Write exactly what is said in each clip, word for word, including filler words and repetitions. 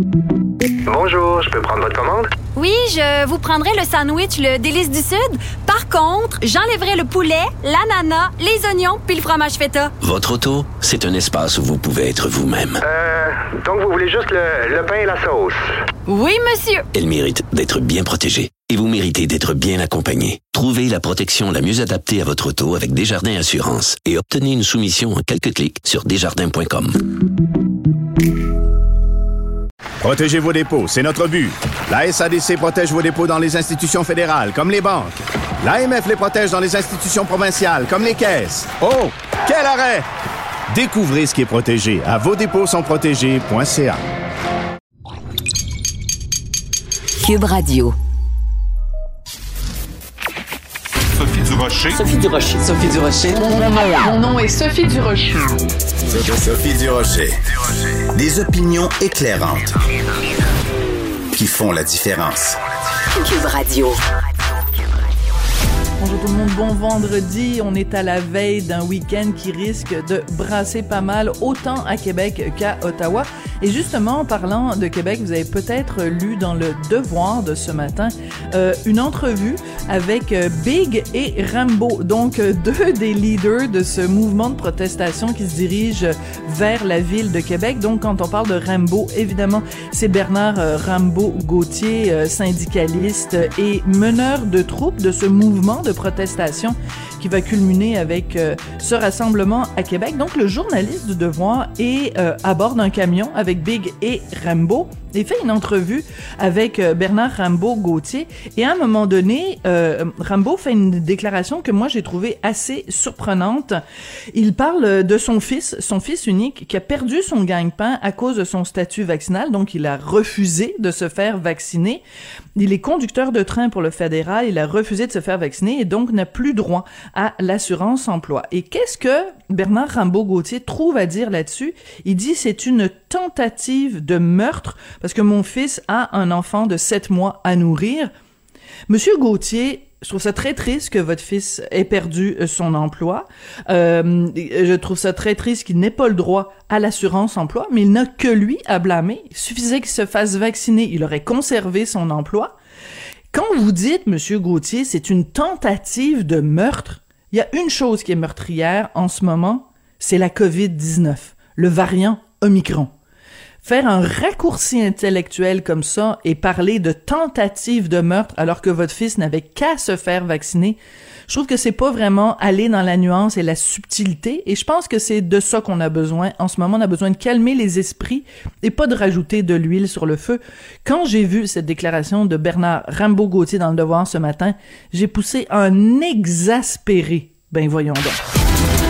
Bonjour, je peux prendre votre commande? Oui, je vous prendrai le sandwich, le délice du Sud. Par contre, j'enlèverai le poulet, l'ananas, les oignons puis le fromage feta. Votre auto, c'est un espace où vous pouvez être vous-même. Euh, donc vous voulez juste le, le pain et la sauce? Oui, monsieur. Elle mérite d'être bien protégée. Et vous méritez d'être bien accompagné. Trouvez la protection la mieux adaptée à votre auto avec Desjardins Assurance et obtenez une soumission en quelques clics sur desjardins point com. Protégez vos dépôts, c'est notre but. La S A D C protège vos dépôts dans les institutions fédérales, comme les banques. L'A M F les protège dans les institutions provinciales, comme les caisses. Oh, quel arrêt! Découvrez ce qui est protégé à vos dépôts sont protégés point c a. Cube Radio. Sophie Durocher. Sophie Durocher. Sophie Durocher. Mon, mon, mon, mon nom est Sophie Durocher. Sophie Durocher. Des opinions éclairantes qui font la différence. Cube Radio. Bonjour tout le monde, bon vendredi. On est à la veille d'un week-end qui risque de brasser pas mal, autant à Québec qu'à Ottawa. Et justement, en parlant de Québec, vous avez peut-être lu dans le Devoir de ce matin euh, une entrevue avec euh, Big et Rambo, donc euh, deux des leaders de ce mouvement de protestation qui se dirige vers la ville de Québec. Donc, quand on parle de Rambo, évidemment, c'est Bernard euh, Rambaud-Gauthier, euh, syndicaliste et meneur de troupes de ce mouvement de protestation qui va culminer avec euh, ce rassemblement à Québec. Donc, le journaliste du Devoir est euh, à bord d'un camion avec Big et Rambo et fait une entrevue avec euh, Bernard Rambaud-Gauthier. Et à un moment donné, euh, Rambaud fait une déclaration que moi, j'ai trouvée assez surprenante. Il parle de son fils, son fils unique, qui a perdu son gagne-pain à cause de son statut vaccinal. Donc, il a refusé de se faire vacciner. Il est conducteur de train pour le fédéral. Il a refusé de se faire vacciner et donc n'a plus droit à l'assurance emploi. Et qu'est-ce que Bernard Rambaud-Gauthier trouve à dire là-dessus? Il dit c'est une tentative de meurtre parce que mon fils a un enfant de sept mois à nourrir. Monsieur Gauthier, je trouve ça très triste que votre fils ait perdu son emploi. Euh, je trouve ça très triste qu'il n'ait pas le droit à l'assurance emploi, mais il n'a que lui à blâmer. Il suffisait qu'il se fasse vacciner, il aurait conservé son emploi. Quand vous dites, Monsieur Gauthier, c'est une tentative de meurtre, il y a une chose qui est meurtrière en ce moment, c'est la covid dix-neuf, le variant Omicron. Faire un raccourci intellectuel comme ça et parler de tentative de meurtre alors que votre fils n'avait qu'à se faire vacciner, je trouve que c'est pas vraiment aller dans la nuance et la subtilité, et je pense que c'est de ça qu'on a besoin. En ce moment, on a besoin de calmer les esprits et pas de rajouter de l'huile sur le feu. Quand j'ai vu cette déclaration de Bernard Rambaud-Gauthier dans le Devoir ce matin, j'ai poussé un exaspéré. Ben voyons donc.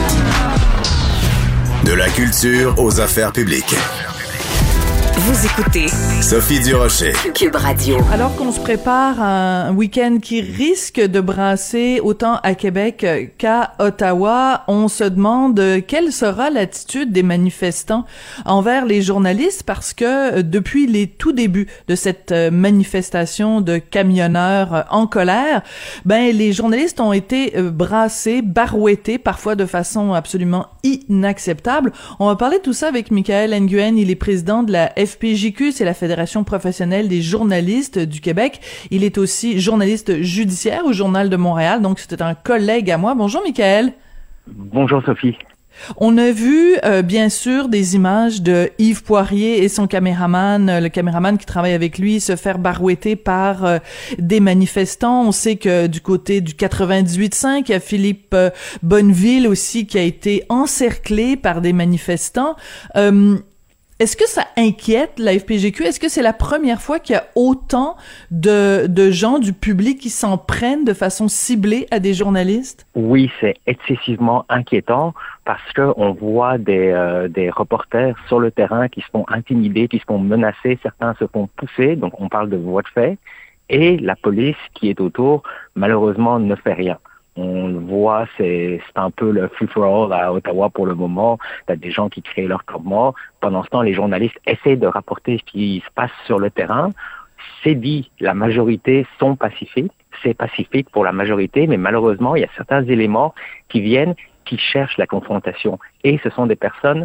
De la culture aux affaires publiques. Vous écoutez Sophie Durocher. Cube Radio. Alors qu'on se prépare à un week-end qui risque de brasser autant à Québec qu'à Ottawa, on se demande quelle sera l'attitude des manifestants envers les journalistes, parce que depuis les tout débuts de cette manifestation de camionneurs en colère, ben les journalistes ont été brassés, barouettés, parfois de façon absolument inacceptable. On va parler de tout ça avec Michael Nguyen. Il est président de la F P J Q, c'est la Fédération professionnelle des journalistes du Québec. Il est aussi journaliste judiciaire au Journal de Montréal, donc c'était un collègue à moi. Bonjour Michael. Bonjour Sophie. On a vu, euh, bien sûr, des images de Yves Poirier et son caméraman, euh, le caméraman qui travaille avec lui, se faire barouetter par euh, des manifestants. On sait que du côté du quatre-vingt-dix-huit cinq, il y a Philippe euh, Bonneville aussi qui a été encerclé par des manifestants. Euh, Est-ce que ça inquiète la F P J Q? Est-ce que c'est la première fois qu'il y a autant de, de gens du public qui s'en prennent de façon ciblée à des journalistes? Oui, c'est excessivement inquiétant parce que on voit des, euh, des reporters sur le terrain qui se font intimider, qui se font menacer, certains se font pousser, donc on parle de voies de fait, et la police qui est autour, malheureusement, ne fait rien. On le voit, c'est, c'est un peu le free-for-all à Ottawa pour le moment. T'as des gens qui créent leur campement. Pendant ce temps, les journalistes essaient de rapporter ce qui se passe sur le terrain. C'est dit, la majorité sont pacifiques. C'est pacifique pour la majorité, mais malheureusement, il y a certains éléments qui viennent, qui cherchent la confrontation. Et ce sont des personnes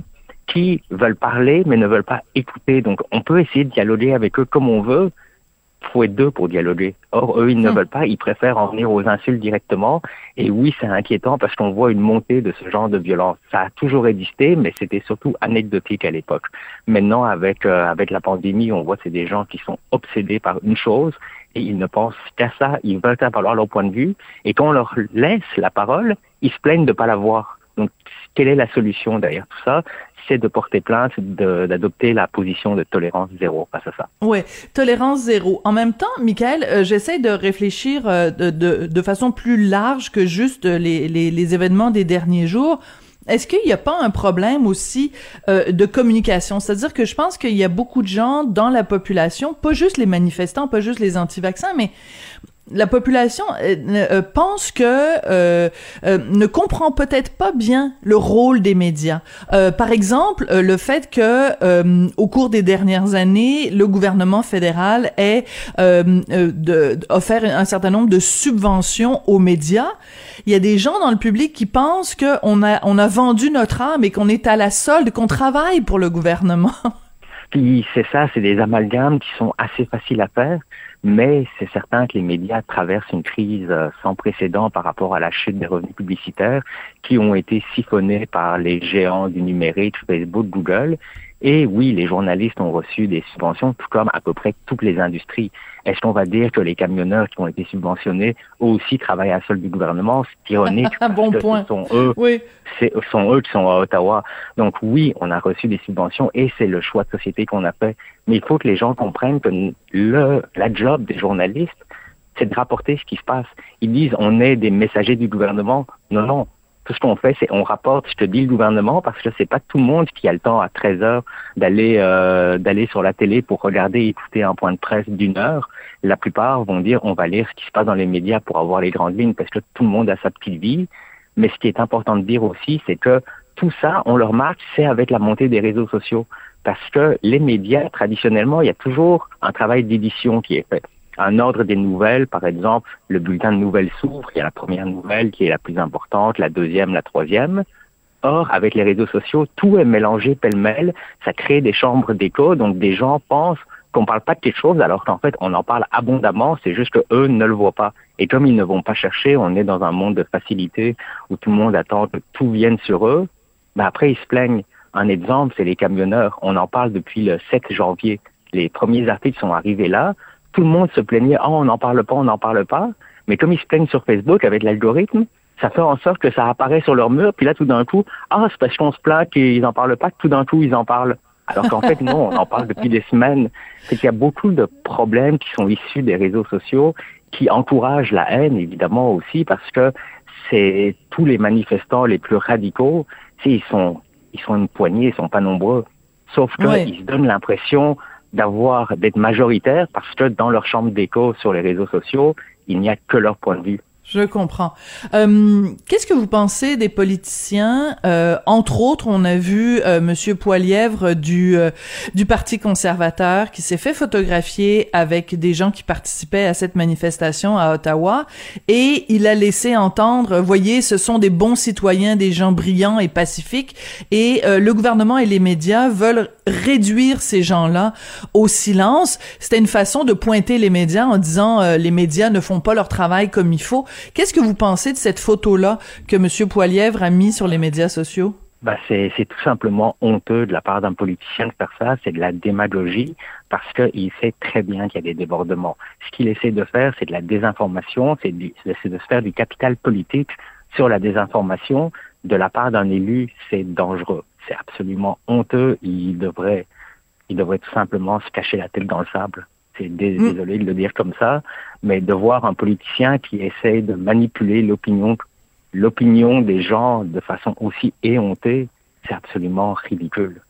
qui veulent parler mais ne veulent pas écouter. Donc, on peut essayer de dialoguer avec eux comme on veut. Il faut être deux pour dialoguer. Or, eux, ils ne mmh. veulent pas. Ils préfèrent en venir aux insultes directement. Et oui, c'est inquiétant parce qu'on voit une montée de ce genre de violence. Ça a toujours existé, mais c'était surtout anecdotique à l'époque. Maintenant, avec euh, avec la pandémie, on voit que c'est des gens qui sont obsédés par une chose et ils ne pensent qu'à ça. Ils veulent avoir leur point de vue. Et quand on leur laisse la parole, ils se plaignent de ne pas l'avoir. Donc, quelle est la solution derrière tout ça? C'est de porter plainte, de, d'adopter la position de tolérance zéro face à ça. Oui, tolérance zéro. En même temps, Michael, euh, j'essaie de réfléchir euh, de, de, de façon plus large que juste les, les, les événements des derniers jours. Est-ce qu'il n'y a pas un problème aussi euh, de communication? C'est-à-dire que je pense qu'il y a beaucoup de gens dans la population, pas juste les manifestants, pas juste les anti-vaccins, mais la population euh, euh, pense que euh, euh, ne comprend peut-être pas bien le rôle des médias. Euh, par exemple, euh, le fait que euh, au cours des dernières années, le gouvernement fédéral ait euh, euh, de, offert un certain nombre de subventions aux médias. Il y a des gens dans le public qui pensent qu'on a on a vendu notre âme et qu'on est à la solde, qu'on travaille pour le gouvernement. Puis c'est ça, c'est des amalgames qui sont assez faciles à faire. Mais c'est certain que les médias traversent une crise sans précédent par rapport à la chute des revenus publicitaires qui ont été siphonnés par les géants du numérique, Facebook, Google. Et oui, les journalistes ont reçu des subventions, tout comme à peu près toutes les industries. Est-ce qu'on va dire que les camionneurs qui ont été subventionnés eux aussi travaillent à la solde du gouvernement? C'est ironique parce bon que point. ce sont eux, oui. c'est, sont eux qui sont à Ottawa. Donc oui, on a reçu des subventions et c'est le choix de société qu'on a fait. Mais il faut que les gens comprennent que le, la job des journalistes, c'est de rapporter ce qui se passe. Ils disent on est des messagers du gouvernement. Non, non. Tout ce qu'on fait, c'est on rapporte, je te dis, le gouvernement, parce que c'est pas tout le monde qui a le temps à treize heures d'aller euh, d'aller sur la télé pour regarder et écouter un point de presse d'une heure. La plupart vont dire on va lire ce qui se passe dans les médias pour avoir les grandes lignes, parce que tout le monde a sa petite vie. Mais ce qui est important de dire aussi, c'est que tout ça, on le remarque, c'est avec la montée des réseaux sociaux. Parce que les médias, traditionnellement, il y a toujours un travail d'édition qui est fait. Un ordre des nouvelles, par exemple, le bulletin de nouvelles s'ouvre, il y a la première nouvelle qui est la plus importante, la deuxième, la troisième. Or, avec les réseaux sociaux, tout est mélangé pêle-mêle, ça crée des chambres d'écho, donc des gens pensent qu'on parle pas de quelque chose, alors qu'en fait, on en parle abondamment, c'est juste que eux ne le voient pas. Et comme ils ne vont pas chercher, on est dans un monde de facilité où tout le monde attend que tout vienne sur eux, ben après, ils se plaignent. Un exemple, c'est les camionneurs. On en parle depuis le sept janvier. Les premiers articles sont arrivés là. Tout le monde se plaignait, « Ah, oh, on n'en parle pas, on n'en parle pas. » Mais comme ils se plaignent sur Facebook avec l'algorithme, ça fait en sorte que ça apparaît sur leur mur, puis là, tout d'un coup, « Ah, c'est parce qu'on se plaint qu'ils n'en parlent pas que tout d'un coup, ils en parlent. » Alors qu'en fait, non, on en parle depuis des semaines. C'est qu'il y a beaucoup de problèmes qui sont issus des réseaux sociaux, qui encouragent la haine, évidemment, aussi, parce que c'est tous les manifestants les plus radicaux, ils sont, ils sont une poignée, ils sont pas nombreux. Sauf qu'ils ouais. se donnent l'impression d'avoir d'être majoritaires parce que dans leur chambre d'écho sur les réseaux sociaux, il n'y a que leur point de vue. Je comprends. Euh, qu'est-ce que vous pensez des politiciens? Euh, entre autres, on a vu euh, Monsieur Poilievre du euh, du Parti conservateur qui s'est fait photographier avec des gens qui participaient à cette manifestation à Ottawa et il a laissé entendre, voyez, ce sont des bons citoyens, des gens brillants et pacifiques et euh, le gouvernement et les médias veulent réduire ces gens-là au silence. C'était une façon de pointer les médias en disant euh, les médias ne font pas leur travail comme il faut. Qu'est-ce que vous pensez de cette photo-là que M. Poilievre a mis sur les médias sociaux? Ben c'est, c'est tout simplement honteux de la part d'un politicien de faire ça. C'est de la démagogie parce qu'il sait très bien qu'il y a des débordements. Ce qu'il essaie de faire, c'est de la désinformation, c'est de, c'est de se faire du capital politique sur la désinformation. De la part d'un élu, c'est dangereux. C'est absolument honteux. Il devrait, il devrait tout simplement se cacher la tête dans le sable. C'est dé- mmh. désolé de le dire comme ça, mais de voir un politicien qui essaie de manipuler l'opinion, l'opinion des gens de façon aussi éhontée, c'est absolument ridicule.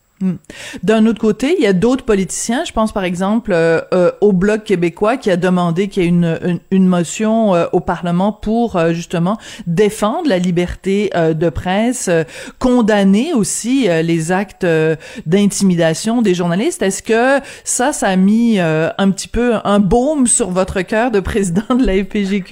D'un autre côté, il y a d'autres politiciens, je pense par exemple euh, euh, au Bloc québécois qui a demandé qu'il y ait une, une, une motion euh, au Parlement pour euh, justement défendre la liberté euh, de presse, euh, condamner aussi euh, les actes euh, d'intimidation des journalistes. Est-ce que ça, ça a mis euh, un petit peu un baume sur votre cœur de président de la F P G Q?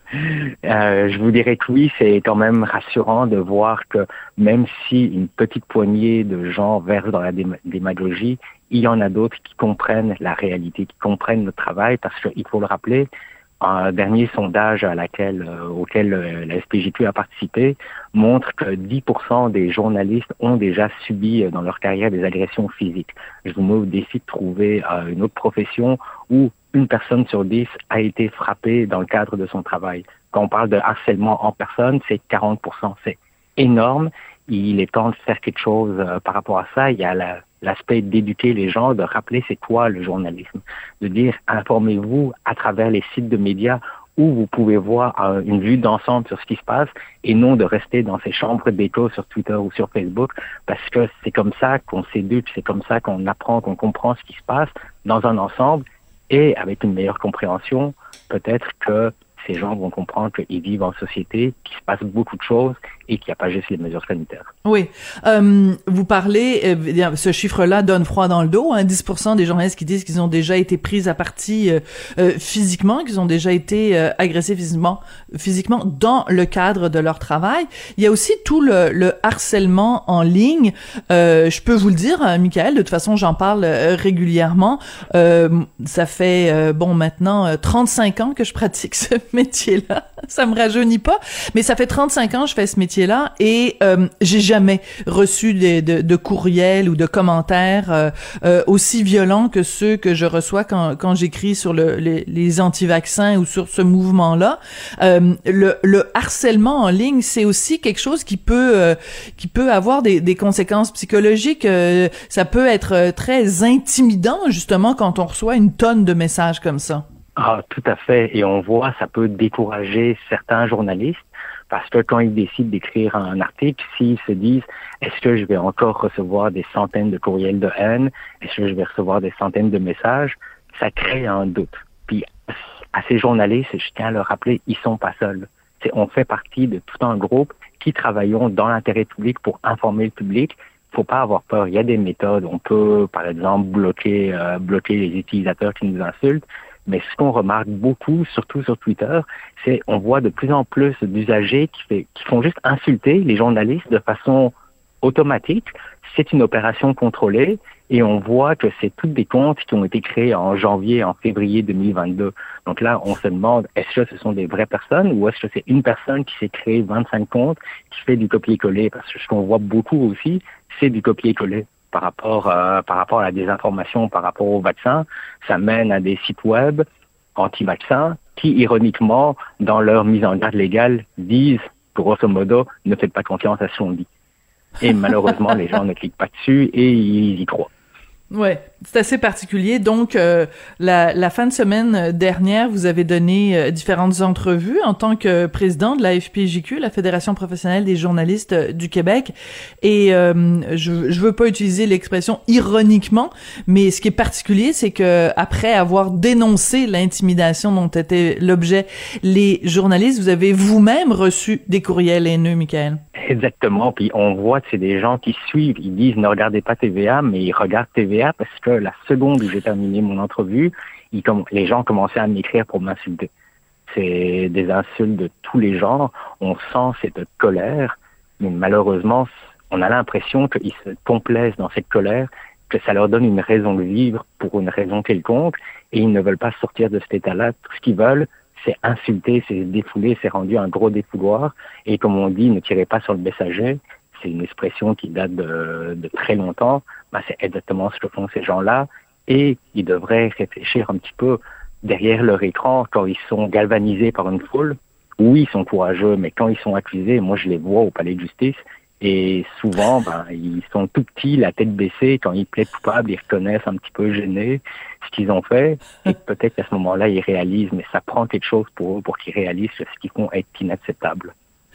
Euh, je vous dirais que oui, c'est quand même rassurant de voir que même si une petite poignée de gens versent dans la dém- démagogie, il y en a d'autres qui comprennent la réalité, qui comprennent le travail, parce qu'il faut le rappeler, un dernier sondage à laquelle, euh, auquel euh, la S P J Q a participé montre que dix pour cent des journalistes ont déjà subi euh, dans leur carrière des agressions physiques. Je vous mets au défi de trouver euh, une autre profession où une personne sur dix a été frappée dans le cadre de son travail. Quand on parle de harcèlement en personne, c'est quarante pour cent. C'est énorme. Il est temps de faire quelque chose euh, par rapport à ça. Il y a la, l'aspect d'éduquer les gens, de rappeler c'est quoi le journalisme. De dire, informez-vous à travers les sites de médias où vous pouvez voir euh, une vue d'ensemble sur ce qui se passe et non de rester dans ces chambres d'écho sur Twitter ou sur Facebook, parce que c'est comme ça qu'on s'éduque, c'est comme ça qu'on apprend, qu'on comprend ce qui se passe dans un ensemble. Et avec une meilleure compréhension, peut-être que ces gens vont comprendre qu'ils vivent en société, qu'il se passe beaucoup de choses et qu'il n'y a pas juste les mesures sanitaires. Oui. Euh, vous parlez, euh, ce chiffre-là donne froid dans le dos, hein, dix pour cent des journalistes qui disent qu'ils ont déjà été pris à partie euh, euh, physiquement, qu'ils ont déjà été euh, agressés physiquement, physiquement dans le cadre de leur travail. Il y a aussi tout le, le harcèlement en ligne. Euh, je peux vous le dire, hein, Michael, de toute façon, j'en parle euh, régulièrement. Euh, ça fait, euh, bon, maintenant, euh, trente-cinq ans que je pratique ce métier-là. Ça me rajeunit pas, mais ça fait trente-cinq ans que je fais ce métier-là et euh, j'ai jamais reçu de, de, de courriels ou de commentaires euh, euh, aussi violents que ceux que je reçois quand, quand j'écris sur le, les, les anti-vaccins ou sur ce mouvement-là. Euh, le, le harcèlement en ligne, c'est aussi quelque chose qui peut euh, qui peut avoir des, des conséquences psychologiques. Euh, ça peut être très intimidant, justement, quand on reçoit une tonne de messages comme ça. Ah, tout à fait. Et on voit, ça peut décourager certains journalistes parce que quand ils décident d'écrire un article, s'ils se disent « Est-ce que je vais encore recevoir des centaines de courriels de haine? Est-ce que je vais recevoir des centaines de messages? » Ça crée un doute. Puis à ces journalistes, je tiens à le rappeler, ils sont pas seuls. C'est, on fait partie de tout un groupe qui travaillons dans l'intérêt public pour informer le public. Il faut pas avoir peur. Il y a des méthodes. On peut, par exemple, bloquer, euh, bloquer les utilisateurs qui nous insultent. Mais ce qu'on remarque beaucoup, surtout sur Twitter, c'est on voit de plus en plus d'usagers qui, fait, qui font juste insulter les journalistes de façon automatique. C'est une opération contrôlée et on voit que c'est toutes des comptes qui ont été créés en janvier, en février deux mille vingt-deux. Donc là, on se demande, est-ce que ce sont des vraies personnes ou est-ce que c'est une personne qui s'est créé vingt-cinq comptes qui fait du copier-coller? Parce que ce qu'on voit beaucoup aussi, c'est du copier-coller. Par rapport, euh, par rapport à la désinformation, par rapport au vaccin, ça mène à des sites web anti-vaccins qui, ironiquement, dans leur mise en garde légale, disent, grosso modo, ne faites pas confiance à ce qu'on dit. Et malheureusement, les gens ne cliquent pas dessus et ils y croient. Ouais, c'est assez particulier. Donc, euh, la, la fin de semaine dernière, vous avez donné euh, différentes entrevues en tant que président de la F P J Q, la Fédération professionnelle des journalistes euh, du Québec. Et euh, je, je veux pas utiliser l'expression ironiquement, mais ce qui est particulier, c'est que après avoir dénoncé l'intimidation dont était l'objet les journalistes, vous avez vous-même reçu des courriels haineux, Michael. Exactement. Puis on voit que c'est des gens qui suivent. Ils disent ne regardez pas T V A, mais ils regardent T V A parce que la seconde où j'ai terminé mon entrevue, ils, comme, les gens commençaient à m'écrire pour m'insulter. C'est des insultes de tous les genres. On sent cette colère, mais malheureusement, on a l'impression qu'ils se complaisent dans cette colère, que ça leur donne une raison de vivre pour une raison quelconque, et ils ne veulent pas sortir de cet état-là. Tout ce qu'ils veulent, c'est insulter, c'est défouler, c'est rendu un gros défouloir. Et comme on dit, ne tirez pas sur le messager, c'est une expression qui date de, de très longtemps. Ben, c'est exactement ce que font ces gens-là. Et ils devraient réfléchir un petit peu derrière leur écran quand ils sont galvanisés par une foule. Oui, ils sont courageux, mais quand ils sont accusés, moi je les vois au palais de justice, et souvent, ben, ils sont tout petits, la tête baissée. Quand ils plaident coupables, ils reconnaissent un petit peu gênés ce qu'ils ont fait. Et peut-être qu'à ce moment-là, ils réalisent, mais ça prend quelque chose pour eux, pour qu'ils réalisent que ce qu'ils font est inacceptable.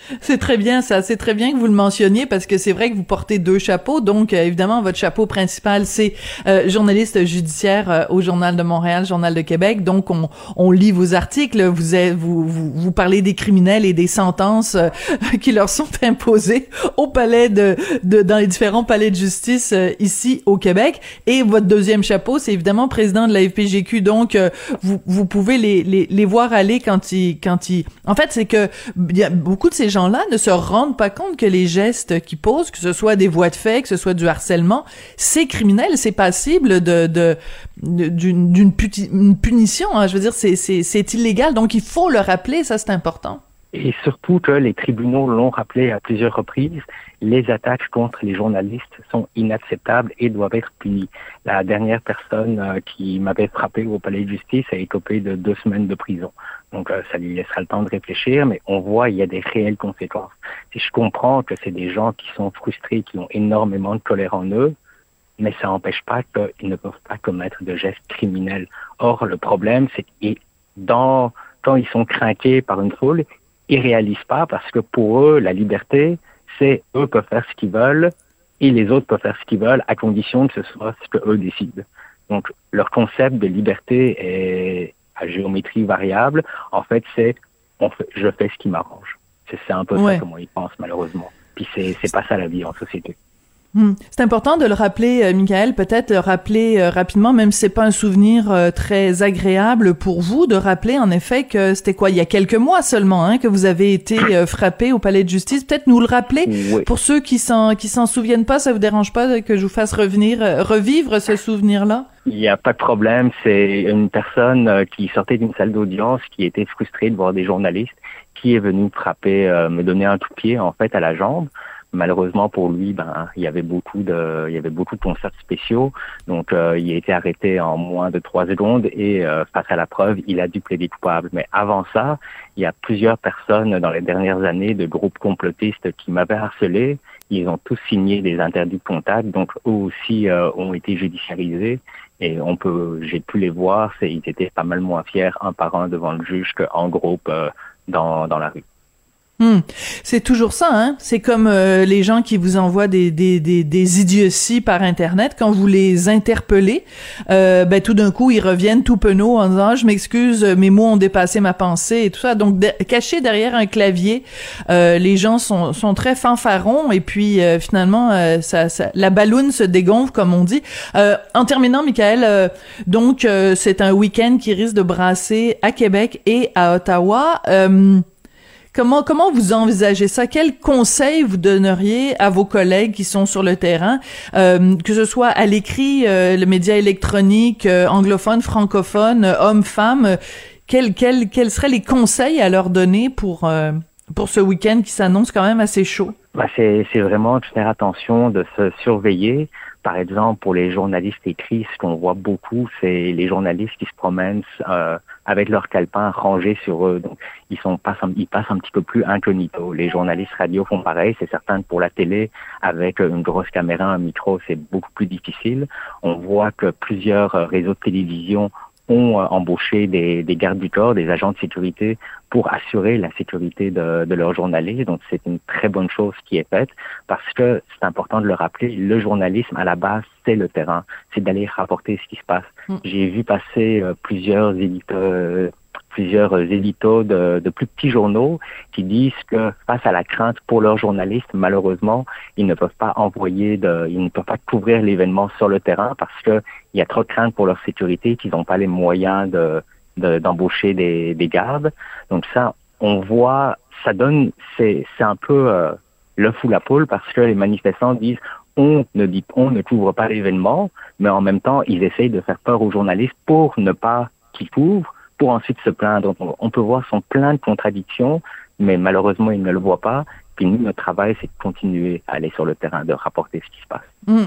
C'est très bien ça, c'est très bien que vous le mentionniez parce que c'est vrai que vous portez deux chapeaux. Donc euh, évidemment votre chapeau principal c'est euh, journaliste judiciaire euh, au Journal de Montréal, Journal de Québec. Donc on on lit vos articles, vous êtes, vous, vous vous parlez des criminels et des sentences euh, qui leur sont imposées au palais de de dans les différents palais de justice euh, ici au Québec. Et votre deuxième chapeau c'est évidemment président de la F P G Q. Donc euh, vous vous pouvez les les les voir aller quand ils quand ils en fait c'est que il y a beaucoup de ces gens-là ne se rendent pas compte que les gestes qu'ils posent, que ce soit des voies de fait, que ce soit du harcèlement, c'est criminel, c'est passible de, de, de d'une, d'une puti- une punition. Hein. Je veux dire, c'est, c'est, c'est illégal. Donc, il faut le rappeler, ça, c'est important. Et surtout que les tribunaux l'ont rappelé à plusieurs reprises, les attaques contre les journalistes sont inacceptables et doivent être punies. La dernière personne euh, qui m'avait frappé au palais de justice a écopé de deux semaines de prison. Donc euh, ça lui laissera le temps de réfléchir, mais on voit il y a des réelles conséquences. Si je comprends que c'est des gens qui sont frustrés, qui ont énormément de colère en eux, mais ça n'empêche pas qu'ils ne peuvent pas commettre de gestes criminels. Or, le problème, c'est que dans, quand ils sont craqués par une foule, ils réalisent pas parce que pour eux, la liberté, c'est eux peuvent faire ce qu'ils veulent et les autres peuvent faire ce qu'ils veulent à condition que ce soit ce que eux décident. Donc, leur concept de liberté est à géométrie variable. En fait, c'est on fait, je fais ce qui m'arrange. C'est, c'est un peu ouais. ça comment ils pensent, malheureusement. Puis c'est, c'est pas ça la vie en société. Hum. C'est important de le rappeler, euh, Michael, peut-être rappeler euh, rapidement, même si c'est pas un souvenir euh, très agréable pour vous, de rappeler en effet que c'était quoi, il y a quelques mois seulement, hein, que vous avez été euh, frappé au palais de justice. Peut-être nous le rappeler oui. pour ceux qui s'en qui s'en souviennent pas. Ça vous dérange pas que je vous fasse revenir euh, revivre ce souvenir-là? Il n'y a pas de problème. C'est une personne euh, qui sortait d'une salle d'audience, qui était frustrée de voir des journalistes, qui est venue frapper, euh, me donner un coup de pied en fait à la jambe. Malheureusement pour lui, ben il y avait beaucoup de, il y avait beaucoup de concerts spéciaux, donc euh, il a été arrêté en moins de trois secondes et euh, face à la preuve, il a dû plaider coupable. Mais avant ça, il y a plusieurs personnes dans les dernières années de groupes complotistes qui m'avaient harcelé. Ils ont tous signé des interdits de contact, donc eux aussi euh, ont été judiciarisés. Et on peut, j'ai pu les voir, c'est, ils étaient pas mal moins fiers un par un devant le juge qu'en groupe euh, dans dans la rue. Hum. C'est toujours ça, hein. C'est comme euh, les gens qui vous envoient des des des des idioties par internet quand vous les interpellez, euh, ben tout d'un coup ils reviennent tout penauds en disant ah, je m'excuse, mes mots ont dépassé ma pensée et tout ça. Donc de, caché derrière un clavier, euh, les gens sont sont très fanfarons et puis euh, finalement euh, ça, ça la balloune se dégonfle comme on dit. Euh, en terminant, Michael, euh, donc euh, c'est un week-end qui risque de brasser à Québec et à Ottawa. Euh, Comment comment vous envisagez ça? Quels conseils vous donneriez à vos collègues qui sont sur le terrain, euh, que ce soit à l'écrit, euh, le média électronique, euh, anglophone, francophone, euh, hommes, femmes, euh, quels quels quels seraient les conseils à leur donner pour euh, pour ce week-end qui s'annonce quand même assez chaud? Bah c'est c'est vraiment de faire attention, de se surveiller. Par exemple, pour les journalistes écrits, ce qu'on voit beaucoup, c'est les journalistes qui se promènent euh, avec leur calepin rangé sur eux. Donc, ils sont passent, ils passent un petit peu plus incognito. Les journalistes radio font pareil. C'est certain que pour la télé, avec une grosse caméra, un micro, c'est beaucoup plus difficile. On voit que plusieurs réseaux de télévision ont embauché des, des gardes du corps, des agents de sécurité pour assurer la sécurité de, de leurs journalistes. Donc, c'est une très bonne chose qui est faite parce que c'est important de le rappeler. Le journalisme, à la base, c'est le terrain. C'est d'aller rapporter ce qui se passe. Mm. J'ai vu passer euh, plusieurs éditos, euh, plusieurs éditos de, de plus petits journaux qui disent que face à la crainte pour leurs journalistes, malheureusement, ils ne peuvent pas envoyer de, ils ne peuvent pas couvrir l'événement sur le terrain parce que il y a trop de crainte pour leur sécurité, qu'ils n'ont pas les moyens de, de d'embaucher des, des gardes. Donc ça, on voit, ça donne, c'est, c'est un peu euh, l'œuf ou la poule parce que les manifestants disent on ne dit, on ne couvre pas l'événement, mais en même temps, ils essayent de faire peur aux journalistes pour ne pas qu'ils couvrent, pour ensuite se plaindre. Donc, on peut voir son plein de contradictions, mais malheureusement, ils ne le voient pas. Puis nous, notre travail, c'est de continuer à aller sur le terrain, de rapporter ce qui se passe. Mmh.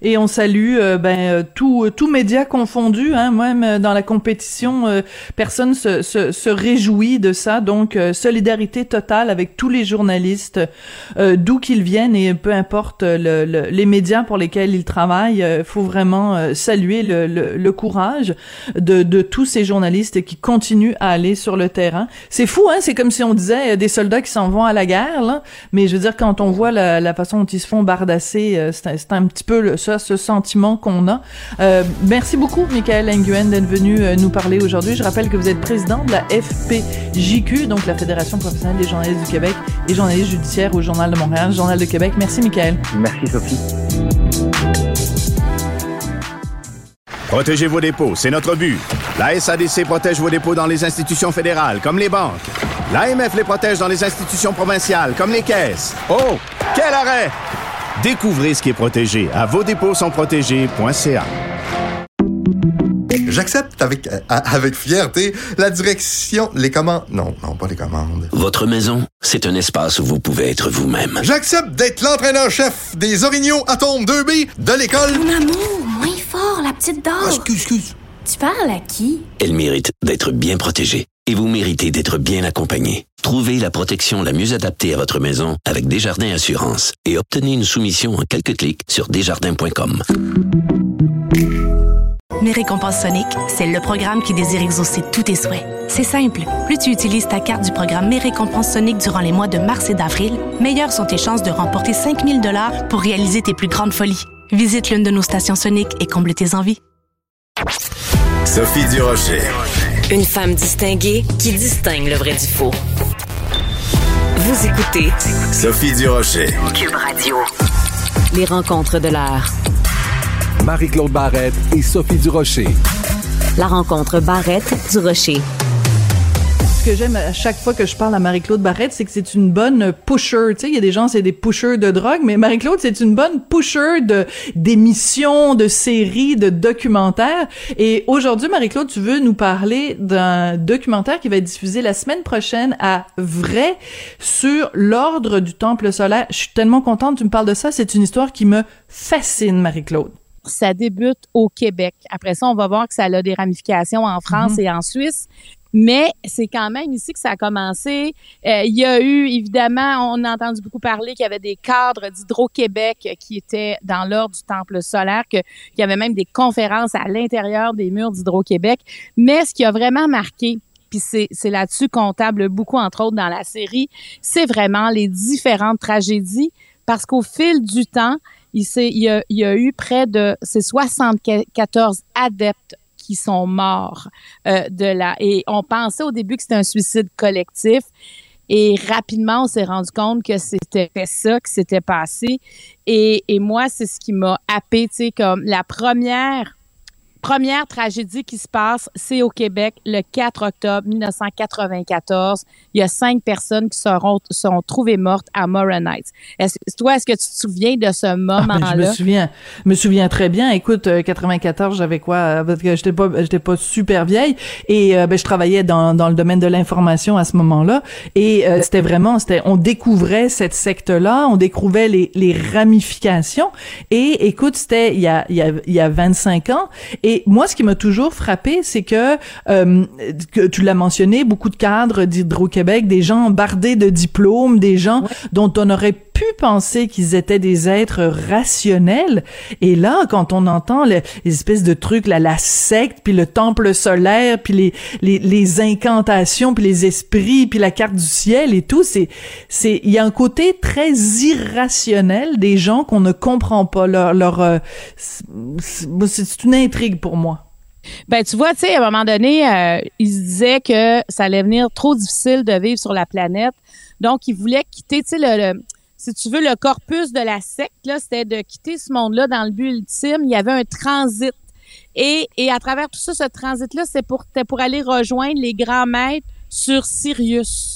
Et on salue euh, ben tout tout média confondu, hein, même dans la compétition, euh, personne se, se se réjouit de ça. Donc euh, solidarité totale avec tous les journalistes, euh, d'où qu'ils viennent et peu importe le, le, les médias pour lesquels ils travaillent. Il euh, faut vraiment euh, saluer le, le, le courage de de tous ces journalistes qui continuent à aller sur le terrain. C'est fou, hein. C'est comme si on disait euh, des soldats qui s'en vont à la guerre, là. Mais je veux dire, quand on voit la, la façon dont ils se font bardasser, euh, c'est, c'est un petit peu le, ça, ce sentiment qu'on a. Euh, merci beaucoup, Michael Nguyen, d'être venu euh, nous parler aujourd'hui. Je rappelle que vous êtes président de la F P J Q, donc la Fédération professionnelle des journalistes du Québec et journaliste judiciaire au Journal de Montréal, Journal de Québec. Merci, Michael. Merci, Sophie. Protégez vos dépôts, c'est notre but. La S A D C protège vos dépôts dans les institutions fédérales, comme les banques. L'A M F les protège dans les institutions provinciales, comme les caisses. Oh, quel arrêt! Découvrez ce qui est protégé à vos dépôts sont protégés point c a. J'accepte avec, euh, avec fierté la direction, les commandes... Non, non, pas les commandes. Votre maison, c'est un espace où vous pouvez être vous-même. J'accepte d'être l'entraîneur-chef des Orignaux Atomes deux B de l'école... Mon amour, moins fort, la petite dame. Ah, excuse, excuse. Tu parles à qui? Elle mérite d'être bien protégée. Et vous méritez d'être bien accompagné. Trouvez la protection la mieux adaptée à votre maison avec Desjardins Assurance et obtenez une soumission en quelques clics sur desjardins point com. Mes récompenses Sonic, c'est le programme qui désire exaucer tous tes souhaits. C'est simple. Plus tu utilises ta carte du programme Mes récompenses Sonic durant les mois de mars et d'avril, meilleures sont tes chances de remporter cinq mille dollars pour réaliser tes plus grandes folies. Visite l'une de nos stations Sonic et comble tes envies. Sophie Durocher. Une femme distinguée qui distingue le vrai du faux. Vous écoutez Sophie Durocher. Cube Radio. Les rencontres de l'heure. Marie-Claude Barrette et Sophie Durocher. La rencontre Barrette-Durocher. Ce que j'aime à chaque fois que je parle à Marie-Claude Barrette, c'est que c'est une bonne pusher. Tu sais, il y a des gens, c'est des pushers de drogue, mais Marie-Claude, c'est une bonne pusher de d'émissions, de séries, de documentaires. Et aujourd'hui, Marie-Claude, tu veux nous parler d'un documentaire qui va être diffusé la semaine prochaine à Vrai sur l'ordre du Temple solaire. Je suis tellement contente que tu me parles de ça. C'est une histoire qui me fascine, Marie-Claude. Ça débute au Québec. Après ça, on va voir que ça a des ramifications en France mm-hmm. et en Suisse. Mais c'est quand même ici que ça a commencé. Euh, il y a eu, évidemment, on a entendu beaucoup parler qu'il y avait des cadres d'Hydro-Québec qui étaient dans l'ordre du Temple solaire, que, qu'il y avait même des conférences à l'intérieur des murs d'Hydro-Québec. Mais ce qui a vraiment marqué, puis c'est, c'est là-dessus qu'on table beaucoup, entre autres, dans la série, c'est vraiment les différentes tragédies, parce qu'au fil du temps, il, s'est, il, y a, il y a eu près de ces soixante-quatorze adeptes qui sont morts euh, de la... Et on pensait au début que c'était un suicide collectif. Et rapidement, on s'est rendu compte que c'était ça qui s'était passé. Et, et moi, c'est ce qui m'a happée, tu sais, comme la première... Première tragédie qui se passe, c'est au Québec, le quatre octobre dix-neuf cent quatre-vingt-quatorze. Il y a cinq personnes qui seront sont trouvées mortes à Morin Heights. Est-ce, toi, est-ce que tu te souviens de ce moment-là? Ah, ben, je me souviens, je me souviens très bien. Écoute, euh, quatre-vingt-quatorze, j'avais quoi? Parce que j'étais pas, j'étais pas super vieille et euh, ben je travaillais dans dans le domaine de l'information à ce moment-là. Et euh, c'était vraiment, c'était, on découvrait cette secte-là, on découvrait les les ramifications. Et écoute, c'était il y a il y a il y a vingt-cinq ans. Et Et moi, ce qui m'a toujours frappé, c'est que, euh, que tu l'as mentionné, beaucoup de cadres d'Hydro-Québec, des gens bardés de diplômes, des gens ouais. dont on aurait pu penser qu'ils étaient des êtres rationnels. Et là, quand on entend le, les espèces de trucs, là, la secte, puis le temple solaire, puis les, les, les incantations, puis les esprits, puis la carte du ciel et tout, c'est, c'est, il y a un côté très irrationnel des gens qu'on ne comprend pas. Leur, leur, euh, c'est, c'est une intrigue pour moi. Ben tu vois, tu sais, à un moment donné, euh, ils se disaient que ça allait venir trop difficile de vivre sur la planète. Donc, ils voulaient quitter, tu sais, le, le si tu veux, le corpus de la secte, là, c'était de quitter ce monde-là dans le but ultime. Il y avait un transit. Et, et à travers tout ça, ce transit-là, c'est pour, c'était pour aller rejoindre les grands maîtres sur Sirius.